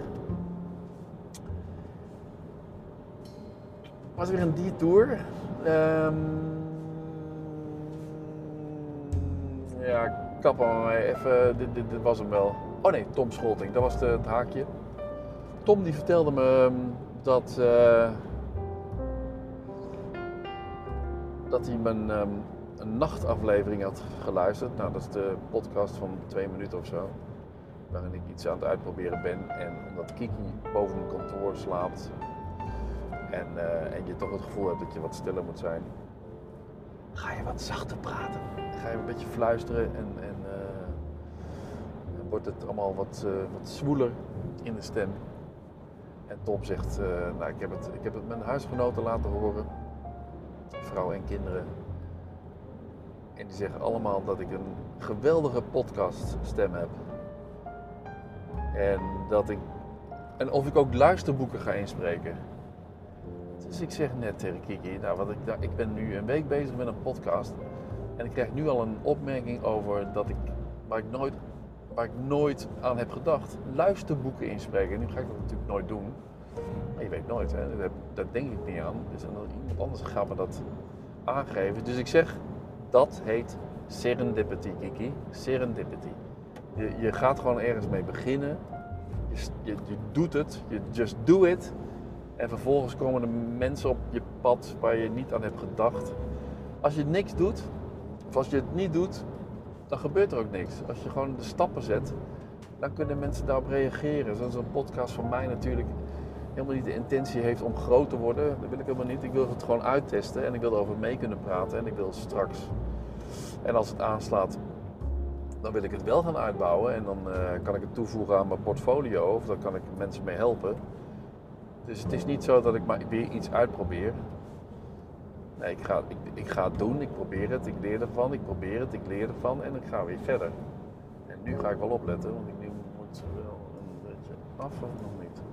Was weer een detour. Ja, kap aan mij. Even, dit was hem wel. Oh nee, Tom Scholting. Dat was het haakje. Tom die vertelde me dat hij een nachtaflevering had geluisterd. Nou, dat is de podcast van 2 minuten of zo. Waarin ik iets aan het uitproberen ben. En omdat Kiki boven mijn kantoor slaapt. En je toch het gevoel hebt dat je wat stiller moet zijn. Ga je wat zachter praten. Ga je een beetje fluisteren. En wordt het allemaal wat zwoeler in de stem. En Tom zegt, ik heb het mijn huisgenoten laten horen. Vrouw en kinderen. En die zeggen allemaal dat ik een geweldige podcaststem heb. En of ik ook luisterboeken ga inspreken. Dus ik zeg net tegen Kiki, ik ben nu een week bezig met een podcast. En ik krijg nu al een opmerking over waar ik nooit aan heb gedacht. Luisterboeken inspreken. Nu ga ik dat natuurlijk nooit doen. Maar je weet nooit, hè. Daar denk ik niet aan. Dus iemand anders gaat me dat aangeven. Dus ik zeg, dat heet serendipity, Kiki. Serendipity. Je gaat gewoon ergens mee beginnen. Je doet het. Je just do it. En vervolgens komen er mensen op je pad waar je niet aan hebt gedacht. Als je niks doet, of als je het niet doet, dan gebeurt er ook niks. Als je gewoon de stappen zet, dan kunnen mensen daarop reageren. Zoals een podcast van mij natuurlijk helemaal niet de intentie heeft om groot te worden. Dat wil ik helemaal niet. Ik wil het gewoon uittesten en ik wil erover mee kunnen praten. En ik wil straks, en als het aanslaat, dan wil ik het wel gaan uitbouwen. En dan kan ik het toevoegen aan mijn portfolio of dan kan ik mensen mee helpen. Dus het is niet zo dat ik maar weer iets uitprobeer. Nee, ik ga het doen, ik probeer het, ik leer ervan, ik probeer het, ik leer ervan en ik ga weer verder. En nu ga ik wel opletten, want ik moet wel een beetje af of nog niet?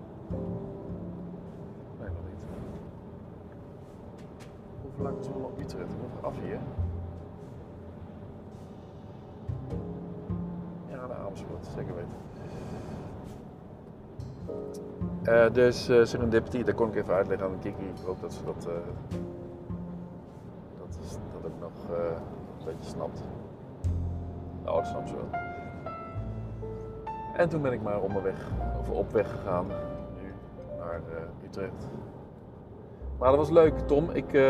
Nee, nog niet. Hoeveel lang is het nog Utrecht? Ik moet af hier. Ja, naar Amersfoort, zeker weten. Dus serendipity, dat kon ik even uitleggen aan Kiki. Ik hoop dat ze dat ook nog een beetje snapt. Nou, dat snapt ze wel. En toen ben ik maar op weg gegaan nu naar Utrecht. Maar dat was leuk, Tom.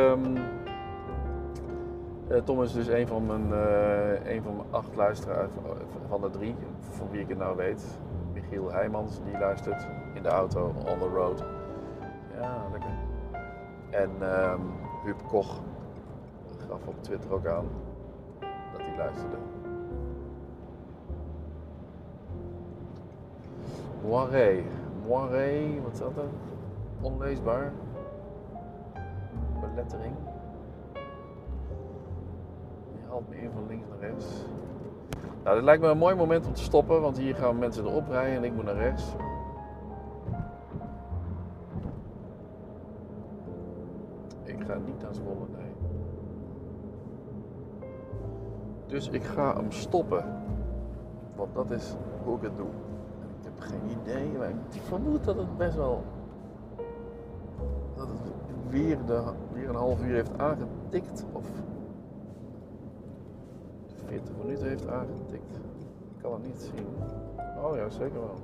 Tom is dus een van mijn 8 luisteraars van de 3, van wie ik het nou weet. Michiel Heijmans, die luistert in de auto, on the road. Ja, lekker. En Huub Koch gaf op Twitter ook aan dat hij luisterde. Moiré, wat is dat dan? Onleesbaar. Belettering. Die haalt me in van links naar rechts. Nou, dit lijkt me een mooi moment om te stoppen, want hier gaan mensen erop rijden en ik moet naar rechts. Ik ga niet naar Zwolle, nee. Dus ik ga hem stoppen. Want dat is hoe ik het doe. Ik heb geen idee, maar ik vermoed dat het best wel... dat het weer een half uur heeft aangetikt. Of 40 minuten heeft aangetikt. Ik kan het niet zien. Oh ja, zeker wel.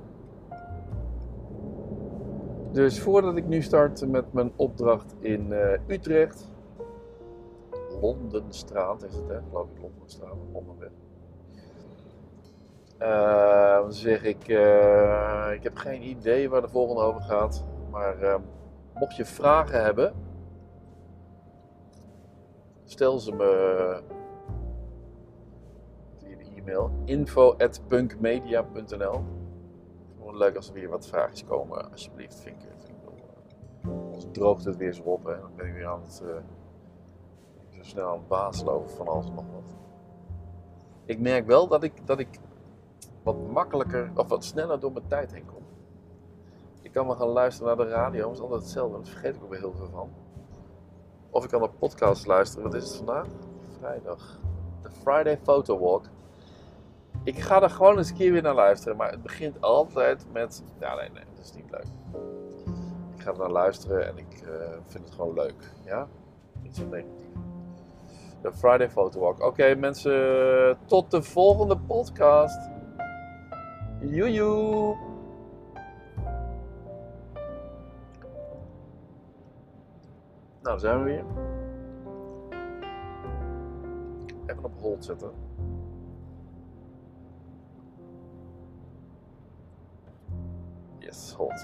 Dus voordat ik nu start met mijn opdracht in Utrecht. Londenstraat is het, hè? Geloof ik, Londenstraat, Londenweg. Dan zeg ik heb geen idee waar de volgende over gaat. Maar mocht je vragen hebben, stel ze me e-mail info@punkmedia.nl. Het leuk als er weer wat vraagjes komen, alsjeblieft, Vinken. Anders droogt het weer zo op en dan ben ik weer aan het zo snel aan het bazelen over van alles en nog wat. Ik merk wel dat ik wat makkelijker of wat sneller door mijn tijd heen kom. Ik kan wel gaan luisteren naar de radio, dat is altijd hetzelfde, daar vergeet ik ook weer heel veel van. Of ik kan naar podcasts luisteren. Wat is het vandaag? Vrijdag. De Friday Photo Walk. Ik ga er gewoon eens een keer weer naar luisteren. Maar het begint altijd met... Ja, nee, dat is niet leuk. Ik ga er naar luisteren en ik vind het gewoon leuk. Ja? Niet zo negatief. De Friday Photo Walk. Oké, mensen. Tot de volgende podcast. Joejoe. Nou, daar zijn we weer. Even op hold zetten. Yes, hold.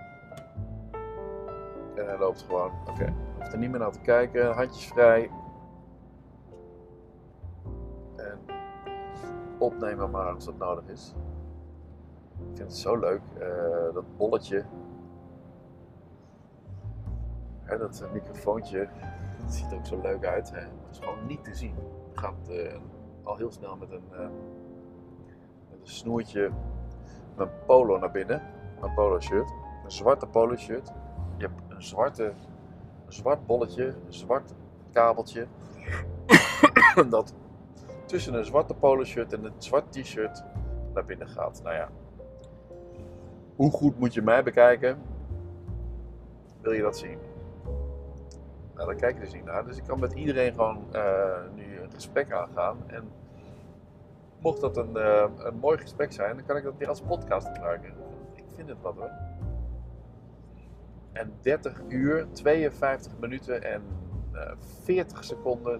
En hij loopt gewoon. Oké, je hoeft er niet meer naar te kijken. Handjes vrij. En opnemen maar als dat nodig is. Ik vind het zo leuk. Dat bolletje. Dat microfoontje. Dat ziet er ook zo leuk uit. Hè? Het is gewoon niet te zien. Het gaat al heel snel met een snoertje mijn polo naar binnen. Mijn polo shirt. Een zwarte polo shirt. Je hebt een zwart bolletje. Een zwart kabeltje. Dat tussen een zwarte polo shirt en een zwart t-shirt naar binnen gaat. Nou ja. Hoe goed moet je mij bekijken? Wil je dat zien? Nou, daar kijk je dus niet naar. Dus ik kan met iedereen gewoon nu een gesprek aangaan. En mocht dat een mooi gesprek zijn, dan kan ik dat weer als podcast gebruiken. Ik vind het wat hoor. En 30 uur, 52 minuten en 40 seconden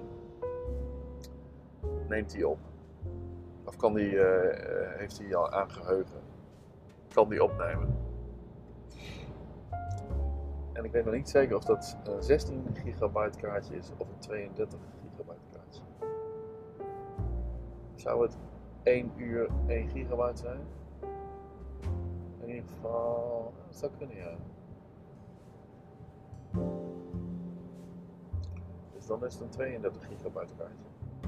neemt hij op. Of kan die, heeft hij al aangeheugen. Kan die opnemen. En ik weet nog niet zeker of dat een 16 gigabyte kaartje is of een 32 gigabyte kaartje. Zou het 1 uur 1 gigabyte zijn? In ieder geval, dat zou kunnen, ja. Dus dan is het een 32 gigabyte kaartje.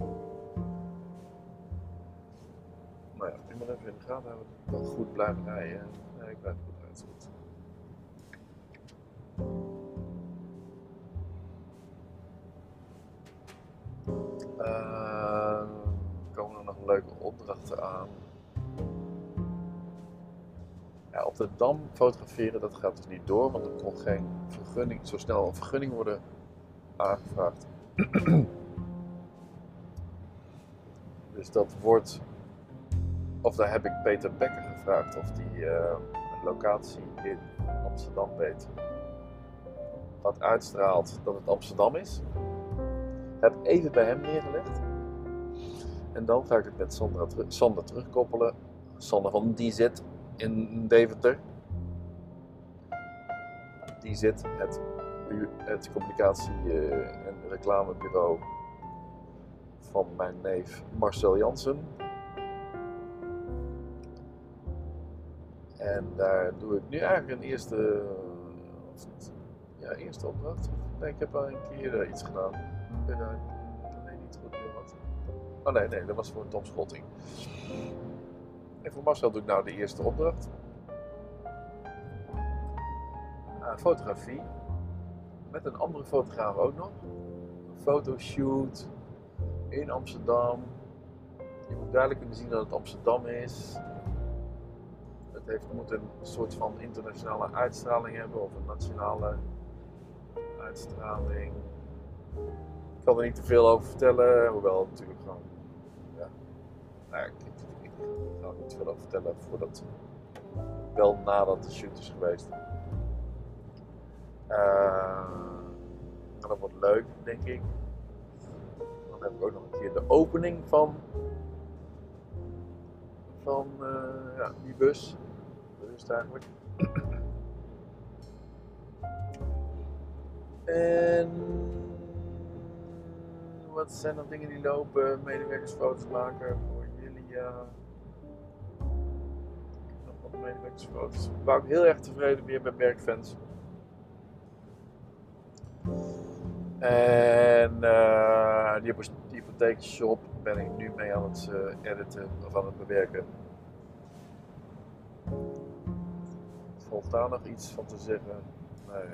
Nou ja, ik moet even in de gaten houden dat ik wel goed blijf rijden. Nee, ik blijf goed rijden, goed. Komen er nog leuke opdrachten aan? Ja, op de Dam fotograferen, dat gaat dus niet door, want er kon geen vergunning, zo snel een vergunning worden aangevraagd. Dus dat wordt, of daar heb ik Peter Becker gevraagd of die een locatie in Amsterdam weet. Wat uitstraalt dat het Amsterdam is. Heb even bij hem neergelegd. En dan ga ik het met Sander terugkoppelen. Sander van DZ in Deventer. DZ, het communicatie- en reclamebureau van mijn neef Marcel Jansen. En daar doe ik nu eigenlijk een eerste opdracht. Nee, ik heb al een keer iets gedaan. Ik weet niet goed meer wat. Oh nee, dat was voor Tom Schotting. En voor Marcel doe ik nou de eerste opdracht. Fotografie. Met een andere fotograaf ook nog. Een fotoshoot in Amsterdam. Je moet duidelijk kunnen zien dat het Amsterdam is. Het moet een soort van internationale uitstraling hebben of een nationale uitstraling. Ik kan er niet te veel over vertellen, hoewel het natuurlijk gewoon. Ja, nou, ik ga er niet te veel over vertellen voordat wel nadat de shoot is geweest. Dat wordt leuk, denk ik. Dan heb ik ook nog een keer de opening van die bus. Dat is het eigenlijk. En wat zijn nog dingen die lopen? Medewerkersfoto's maken voor jullie. Saskia. Nog wat medewerkersfoto's. Ik ben ook heel erg tevreden weer met Merkfans. En die hypotheekshop ben ik nu mee aan het editen of aan het bewerken. Valt daar nog iets van te zeggen? Nee.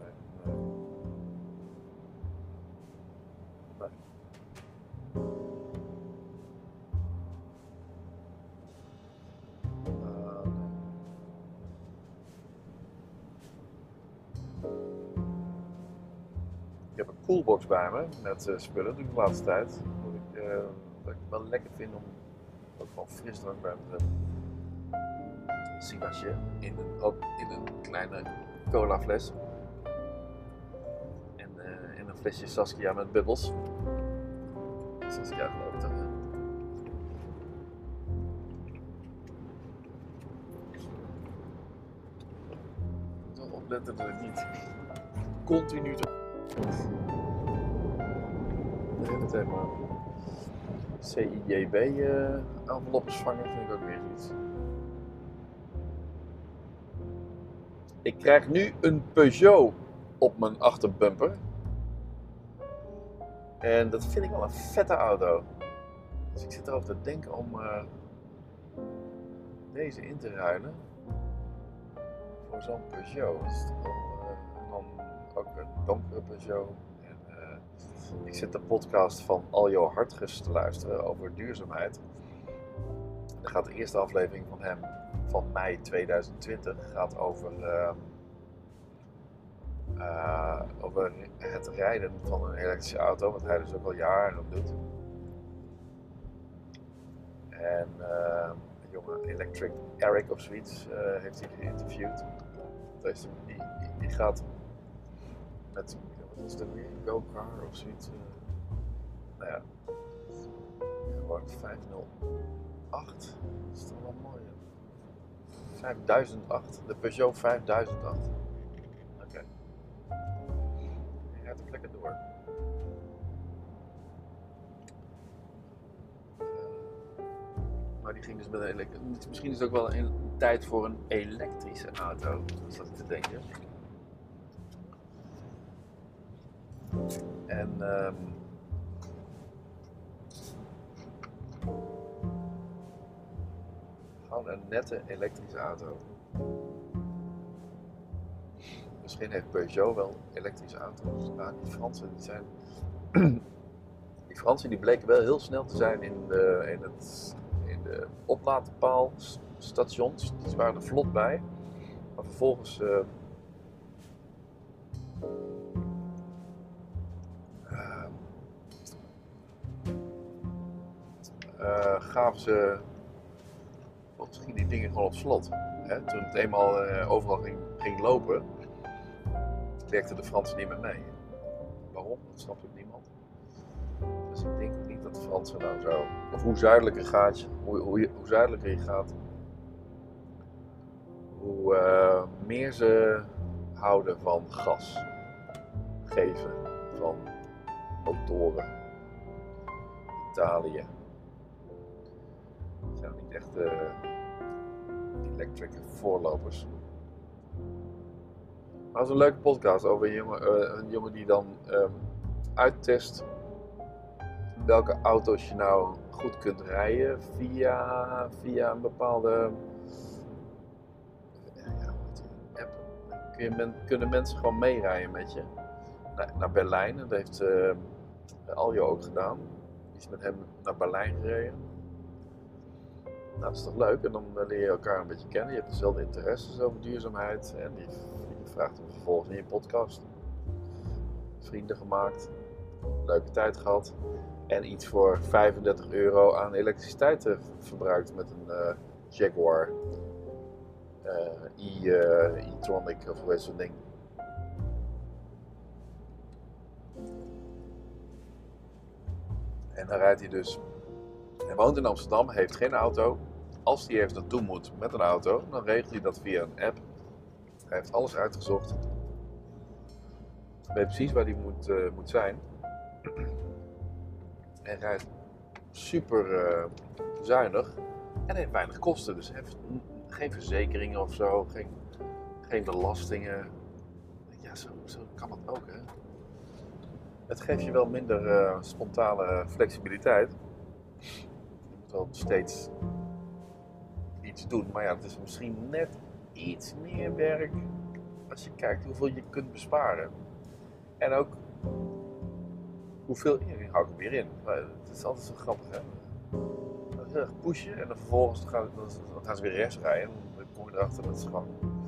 Ik heb een coolbox bij me met spullen, dat doe ik de laatste tijd. Dat ik wel lekker vind om ook gewoon frisdrank bij me te hebben. Singlasje ook in een kleine cola fles. En een flesje Saskia met bubbels. Saskia geloof ik toch. Toch opletten dat ik niet continu de hele tijd maar CIJB enveloppes vangen vind ik ook weer iets. Ik krijg nu een Peugeot op mijn achterbumper. En dat vind ik wel een vette auto. Dus ik zit erover te denken om deze in te ruilen. Voor zo'n Peugeot. En dan ook een donkere Peugeot. En, ik zit de podcast van Aljo Hartges te luisteren over duurzaamheid. En dan gaat de eerste aflevering van hem van mei 2020 gaat over het rijden van een elektrische auto, wat hij dus ook al jaren doet. En een jonge Electric Eric of zoiets heeft hij geïnterviewd. Die gaat met, wat is dat weer, een go-car of zoiets. Nou ja, gewoon 508, dat is toch wel mooi. 5008, de Peugeot 5008. Oké. Hij rijdt ook lekker door. Maar die ging dus met een elektrische. Misschien is het ook wel een tijd voor een elektrische auto. Dat zat ik te denken. En gewoon een nette elektrische auto. Misschien heeft Peugeot wel elektrische auto's. Maar die Fransen die zijn. Die Fransen die bleken wel heel snel te zijn in de oplaadpaalstations. Die waren er vlot bij. Maar vervolgens gaven ze. Misschien die dingen gewoon op slot. Hè? Toen het eenmaal overal ging lopen, werkten de Fransen niet meer mee. Waarom? Dat snapt ook niemand. Dus ik denk niet dat de Fransen nou zo. Of hoe zuidelijker hoe zuidelijker je gaat, hoe meer ze houden van gas geven, van motoren. Italië. Zijn niet echt electric voorlopers. Maar dat is een leuke podcast over een jongen die dan uittest welke auto's je nou goed kunt rijden via een bepaalde app. Dan kunnen mensen gewoon meerijden met je naar Berlijn. Dat heeft Aljo ook gedaan. Die is met hem naar Berlijn gereden. Nou, dat is toch leuk? En dan leer je elkaar een beetje kennen. Je hebt dezelfde interesses over duurzaamheid. En je vraagt hem vervolgens in je podcast. Vrienden gemaakt. Leuke tijd gehad. En iets voor €35 aan elektriciteit verbruikt met een Jaguar e-tronic of hoe heet zo'n ding. En dan rijdt hij dus. Hij woont in Amsterdam, heeft geen auto. Als hij ergens naartoe moet met een auto, dan regelt hij dat via een app. Hij heeft alles uitgezocht. Hij weet precies waar hij moet zijn. En rijdt super zuinig en heeft weinig kosten. Dus heeft geen verzekeringen of zo, geen belastingen. Ja, zo kan het ook, hè. Het geeft je wel minder spontane flexibiliteit. Je moet wel steeds iets doen, maar ja, het is misschien net iets meer werk als je kijkt hoeveel je kunt besparen. En ook hoeveel, hier hou ik hem weer in. Maar het is altijd zo grappig, hè. Dat is heel erg pushen en dan vervolgens gaan ze weer rechts rijden en dan kom je erachter dat ze gewoon,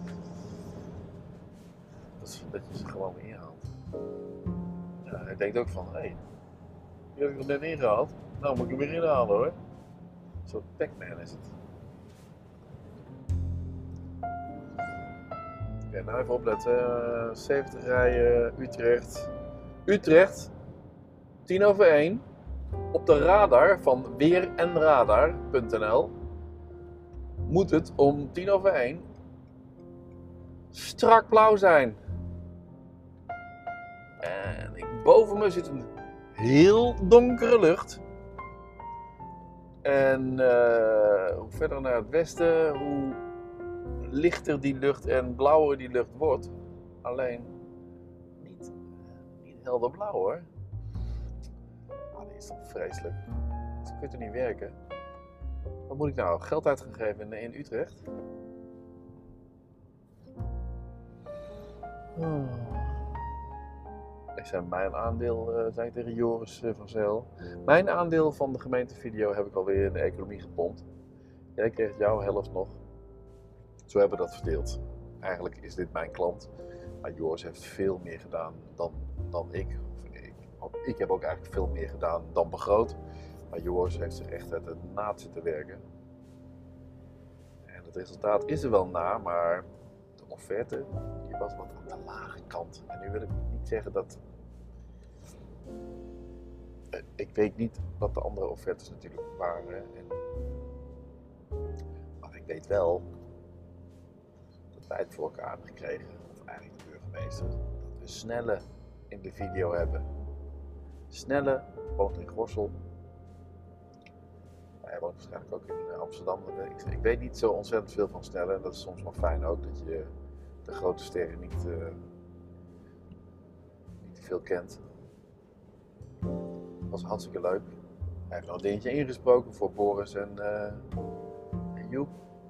dat je ze gewoon weer inhaalt. Ja, hij denkt ook van, hé, die heb ik er net ingehaald, nou moet ik hem weer inhalen hoor. Een soort Pac-Man is het. Oké, nou even opletten. 70 rijden, Utrecht. Utrecht, 1:10 op de radar van weerenradar.nl moet het om 1:10 strak blauw zijn. En boven me zit een heel donkere lucht. En hoe verder naar het westen, hoe lichter die lucht en blauwer die lucht wordt. Alleen niet helder blauw hoor. Ah, dit is toch vreselijk. Zo kun je toch niet werken? Wat moet ik nou? Geld uit gaan geven in Utrecht? Ik zei mijn aandeel, zei ik tegen Joris van Zijl. Mijn aandeel van de gemeentevideo heb ik alweer in de economie gepompt. Jij kreeg jouw helft nog. Zo hebben we dat verdeeld. Eigenlijk is dit mijn klant. Maar Joris heeft veel meer gedaan dan ik. Ik heb ook eigenlijk veel meer gedaan dan begroot. Maar Joris heeft zich echt uit de naad zitten werken. En het resultaat is er wel na, maar de offerte die was wat aan de lage kant. En nu wil ik niet zeggen dat... Ik weet niet wat de andere offertes natuurlijk waren. Maar ik weet wel dat wij het voor elkaar hebben gekregen, of eigenlijk de burgemeester, dat we Snelle in de video hebben. Snelle woont in Gorssel. Hij woont waarschijnlijk ook in Amsterdam. Ik weet niet zo ontzettend veel van Snelle. En dat is soms wel fijn ook, dat je de grote sterren niet te veel kent. Dat was hartstikke leuk. Hij heeft nog een dingetje ingesproken voor Boris en Joep.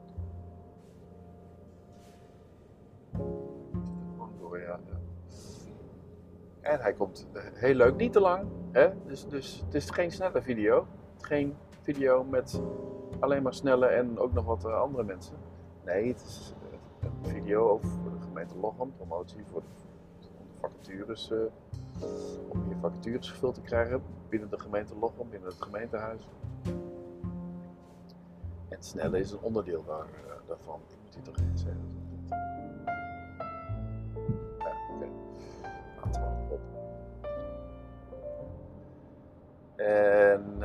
Ja. En hij komt heel leuk, niet te lang, hè? Dus het is geen snelle video. Geen video met alleen maar snelle en ook nog wat andere mensen. Nee, het is een video over de gemeente Lochem, promotie voor de vacatures, om meer vacatures gevuld te krijgen binnen de gemeente Lochem, binnen het gemeentehuis. En snelle is een onderdeel daarvan. Ik moet hier toch even zeggen. Ja, oké. Laten we op. En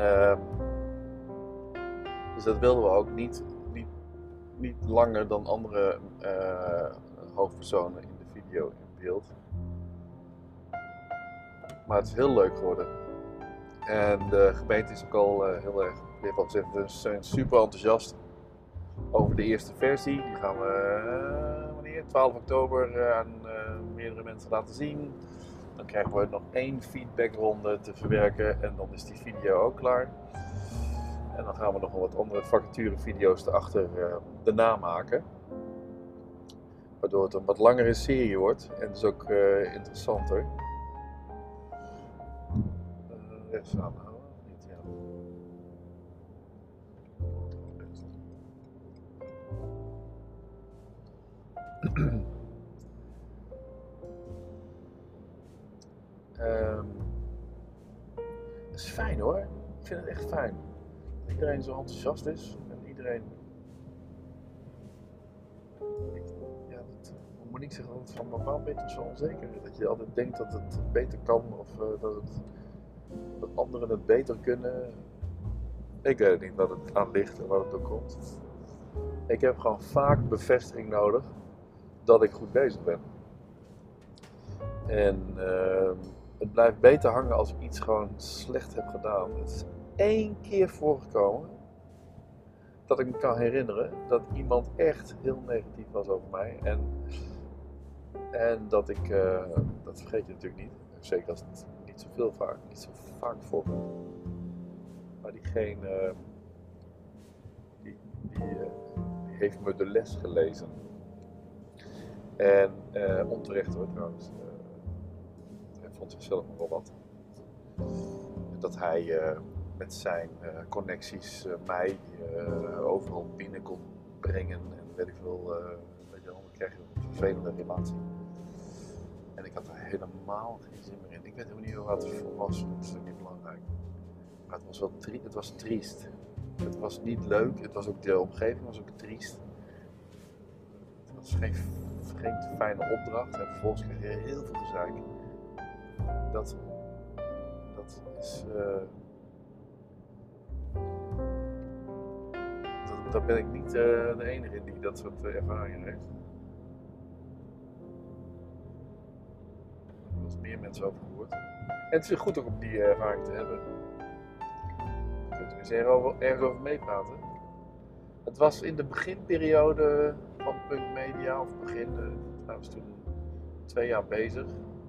dus dat wilden we ook niet langer dan andere hoofdpersonen in de video in beeld. Maar het is heel leuk geworden. En de gemeente is ook al heel erg, weer wat gezegd, ze zijn super enthousiast over de eerste versie. Die gaan we wanneer? 12 oktober aan meerdere mensen laten zien. Dan krijgen we nog 1 feedbackronde te verwerken en dan is die video ook klaar. En dan gaan we nog wel wat andere vacaturevideo's erachter daarna maken. Waardoor het een wat langere serie wordt en dus ook interessanter. Rechts aanhouden, niet ja. Dat is fijn hoor, ik vind het echt fijn. Dat iedereen zo enthousiast is en iedereen... Monique zegt altijd van, maar waarom ben je toch zo onzeker? Dat je altijd denkt dat het beter kan of dat anderen het beter kunnen. Ik weet niet wat het aan ligt en waar het door komt. Ik heb gewoon vaak bevestiging nodig dat ik goed bezig ben. En het blijft beter hangen als ik iets gewoon slecht heb gedaan. één keer voorgekomen dat ik me kan herinneren dat iemand echt heel negatief was over mij. En dat ik, dat vergeet je natuurlijk niet, zeker als het niet zo vaak voorkomt. Maar diegene, die heeft me de les gelezen. En onterecht hoor trouwens. Hij vond zichzelf nog wel wat. Dat hij met zijn connecties mij overal binnen kon brengen. En weet ik veel, weet je wel, dan krijg je een vervelende relatie. En ik had er helemaal geen zin meer in. Ik weet helemaal niet wat het voor was, dat is ook niet belangrijk. Maar het was wel het was triest. Het was niet leuk, het was ook, de omgeving was ook triest. Het was geen fijne opdracht en vervolgens kreeg je heel veel gezeik. Dat is... daar ben ik niet de enige die dat soort ervaringen heeft. Er was meer mensen over gehoord. En het is goed ook om die ervaring te hebben. Je kunt er eens ergens over meepraten. Het was in de beginperiode van Punk Media, of hij was toen 2 jaar bezig.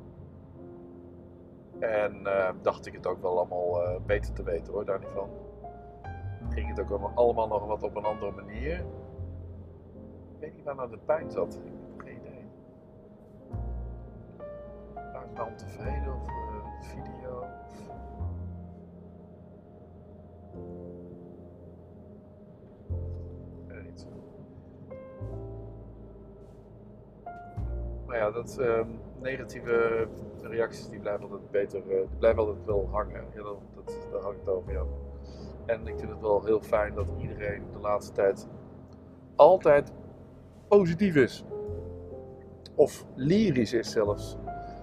En dacht ik het ook wel allemaal beter te weten hoor, daar niet van. Ging het ook allemaal nog wat op een andere manier. Ik weet niet waar nou de pijn zat. Ik heb geen idee. Waar ik nou ontevreden of de video. Iets. Maar ja, dat negatieve reacties die blijven altijd beter, die blijven altijd wel hangen. Ja, daar had ik het over, ja. En ik vind het wel heel fijn dat iedereen de laatste tijd altijd positief is. Of lyrisch is zelfs.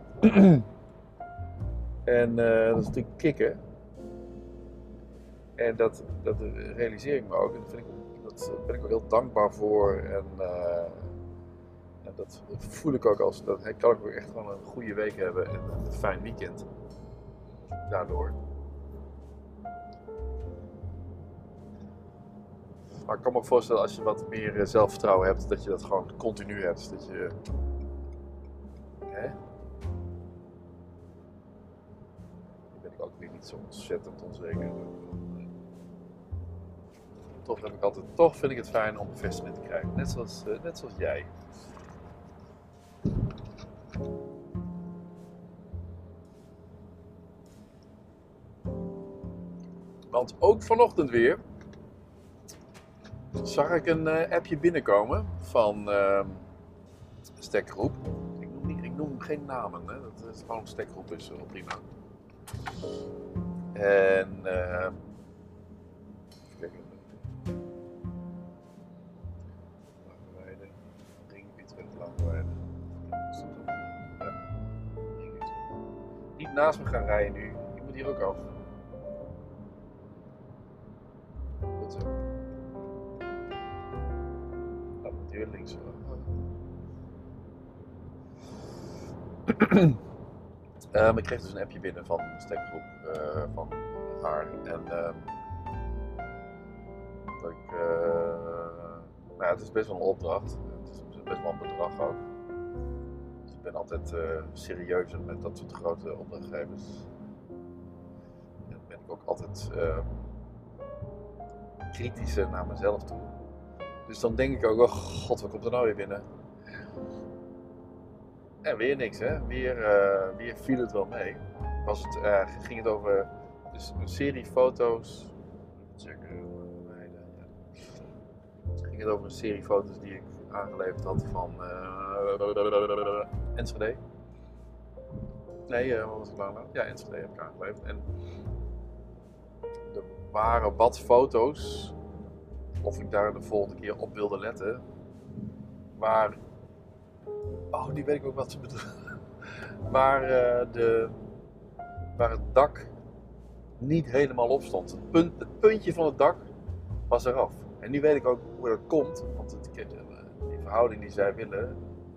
En dat is natuurlijk kicken. En dat realiseer ik me ook. En daar ben ik ook heel dankbaar voor. En dat voel ik ook als... Dat kan ik ook echt gewoon een goede week hebben. En een fijn weekend. Daardoor. Maar ik kan me ook voorstellen als je wat meer zelfvertrouwen hebt. Dat je dat gewoon continu hebt. Dat je... Hè? Dan ben ik ook weer niet zo ontzettend onzeker. Toch vind ik het fijn om bevestiging te krijgen. Net zoals jij. Want ook vanochtend weer zag ik een appje binnenkomen van een stekgroep. Ik noem geen namen, hè. Dat is gewoon een stekgroep, is wel prima. En even kijken. Langweide. Ringgebied werd Langweide. Ja. Niet naast me gaan rijden nu. Ik moet hier ook af. Goed zo. Laat de deur links. Ik kreeg dus een appje binnen van een stekgroep van haar. En dat ik... nou, het is best wel een opdracht. Het is best wel een bedrag ook. Dus ik ben altijd serieuzer met dat soort grote opdrachtgevers. En dan ben ik ook altijd kritischer naar mezelf toe. Dus dan denk ik ook, oh god, wat komt er nou weer binnen? En weer niks, hè? Weer viel het wel mee. Ging het over dus een serie foto's. Checken. Ja. Ging het over een serie foto's die ik aangeleverd had van Enschede. Nee, wat was ik nou? Ja, Enschede heb ik aangeleverd. En er waren wat foto's, of ik daar de volgende keer op wilde letten, waar... Oh, die weet ik ook wat ze bedoelen. Waar het dak niet helemaal op stond. Het puntje van het dak was eraf. En nu weet ik ook hoe dat komt. Want die verhouding die zij willen...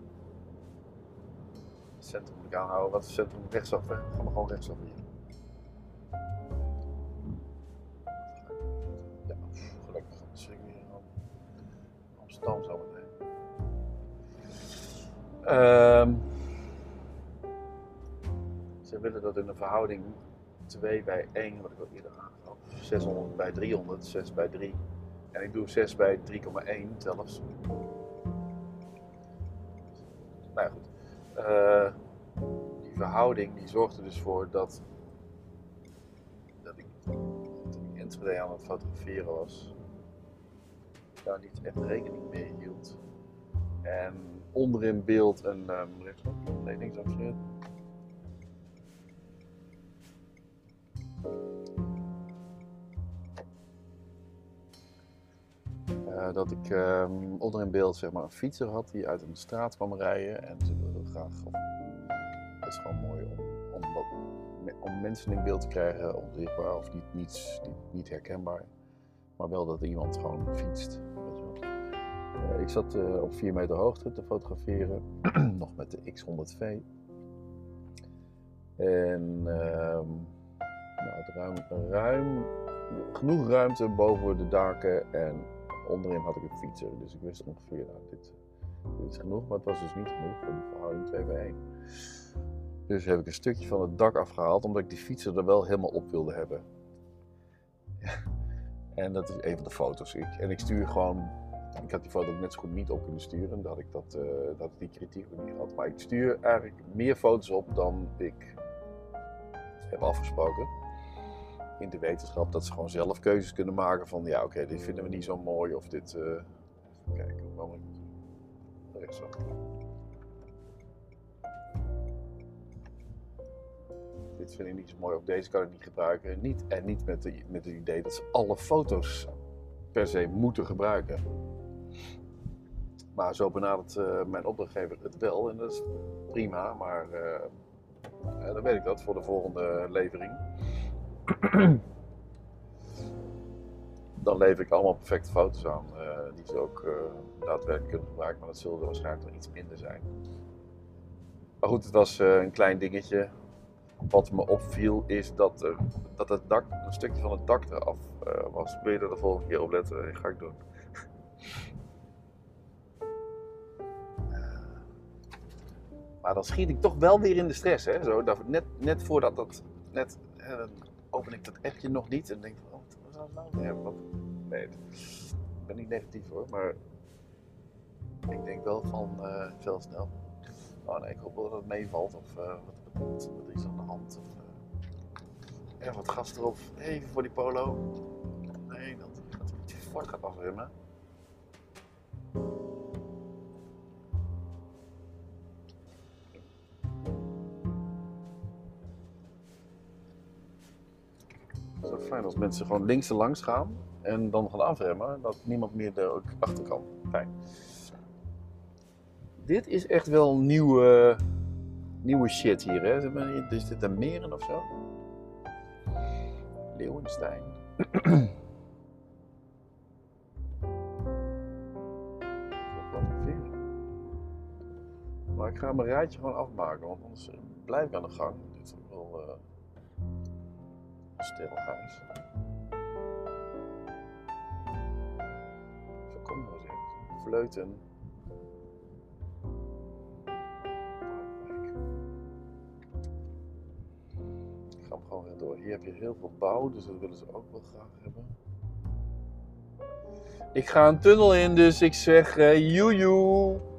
Het centrum moet ik aanhouden. Wat is het centrum? Rechtsaf, hè? Ga maar gewoon rechtsaf hier. Ehm, Ze willen dat in een verhouding 2:1, wat ik al eerder aangaf. 600:300, 6:3. En ik doe 6:3,1 zelfs. Nou ja, goed. Die verhouding die zorgt er dus voor dat ik toen ik Enschede aan het fotograferen was, daar niet echt rekening mee hield. En onder in beeld een linksafzet. Dat ik onder in beeld zeg maar, een fietser had die uit een straat kwam rijden. En ze wilde heel graag. Dat is gewoon mooi om mensen in beeld te krijgen, onzichtbaar of niet herkenbaar. Maar wel dat iemand gewoon fietst. Weet je wel. Ik zat op 4 meter hoogte te fotograferen, nog met de X100V. En genoeg ruimte boven de daken en onderin had ik een fietser. Dus ik wist ongeveer, nou, dit is genoeg, maar het was dus niet genoeg voor die verhouding 2:1. Dus heb ik een stukje van het dak afgehaald, omdat ik die fietser er wel helemaal op wilde hebben. Ja. En dat is een van de foto's. Ik stuur gewoon, ik had die foto ook net zo goed niet op kunnen sturen, dat ik die kritiek ook niet had. Maar ik stuur eigenlijk meer foto's op dan ik heb afgesproken. In de wetenschap dat ze gewoon zelf keuzes kunnen maken van ja oké, dit vinden we niet zo mooi of dit... even kijken, hoe kan ik rechtsaf. Dit vind ik niet zo mooi of deze kan ik niet gebruiken. Niet met het idee dat ze alle foto's per se moeten gebruiken. Maar zo benadert mijn opdrachtgever het wel en dat is prima, maar dan weet ik dat voor de volgende levering. Dan lever ik allemaal perfecte foto's aan die ze ook daadwerkelijk kunnen gebruiken, maar dat zullen er waarschijnlijk nog iets minder zijn. Maar goed, het was een klein dingetje. Wat me opviel is dat het dak, een stukje van het dak eraf was. Wil je er de volgende keer op letten? Dat ga ik doen. Maar dan schiet ik toch wel weer in de stress. Hè? Zo, net voordat dat... dan open ik dat appje nog niet en denk van... Oh, wat zou het nou weer hebben? Nee, ik ben niet negatief hoor, maar... Ik denk wel van... veel snel. Oh nee, ik hoop wel dat het meevalt. Of wat is aan de hand. Of wat gas erop. Even voor die polo. Nee, dat het fort gaat afremmen. Het is wel fijn als mensen gewoon links en langs gaan en dan gaan afremmen, dat niemand meer er ook achter kan. Fijn. Dit is echt wel nieuwe shit hier, hè? Is dit een meren of zo? Leeuwenstein. Maar ik ga mijn rijtje gewoon afmaken, want anders blijf ik aan de gang. Dit is ook wel een stil huis. Zo kom maar eens. Vleuten. Ik ga hem gewoon weer door. Hier heb je heel veel bouw, dus dat willen ze ook wel graag hebben. Ik ga een tunnel in, dus ik zeg joejoe.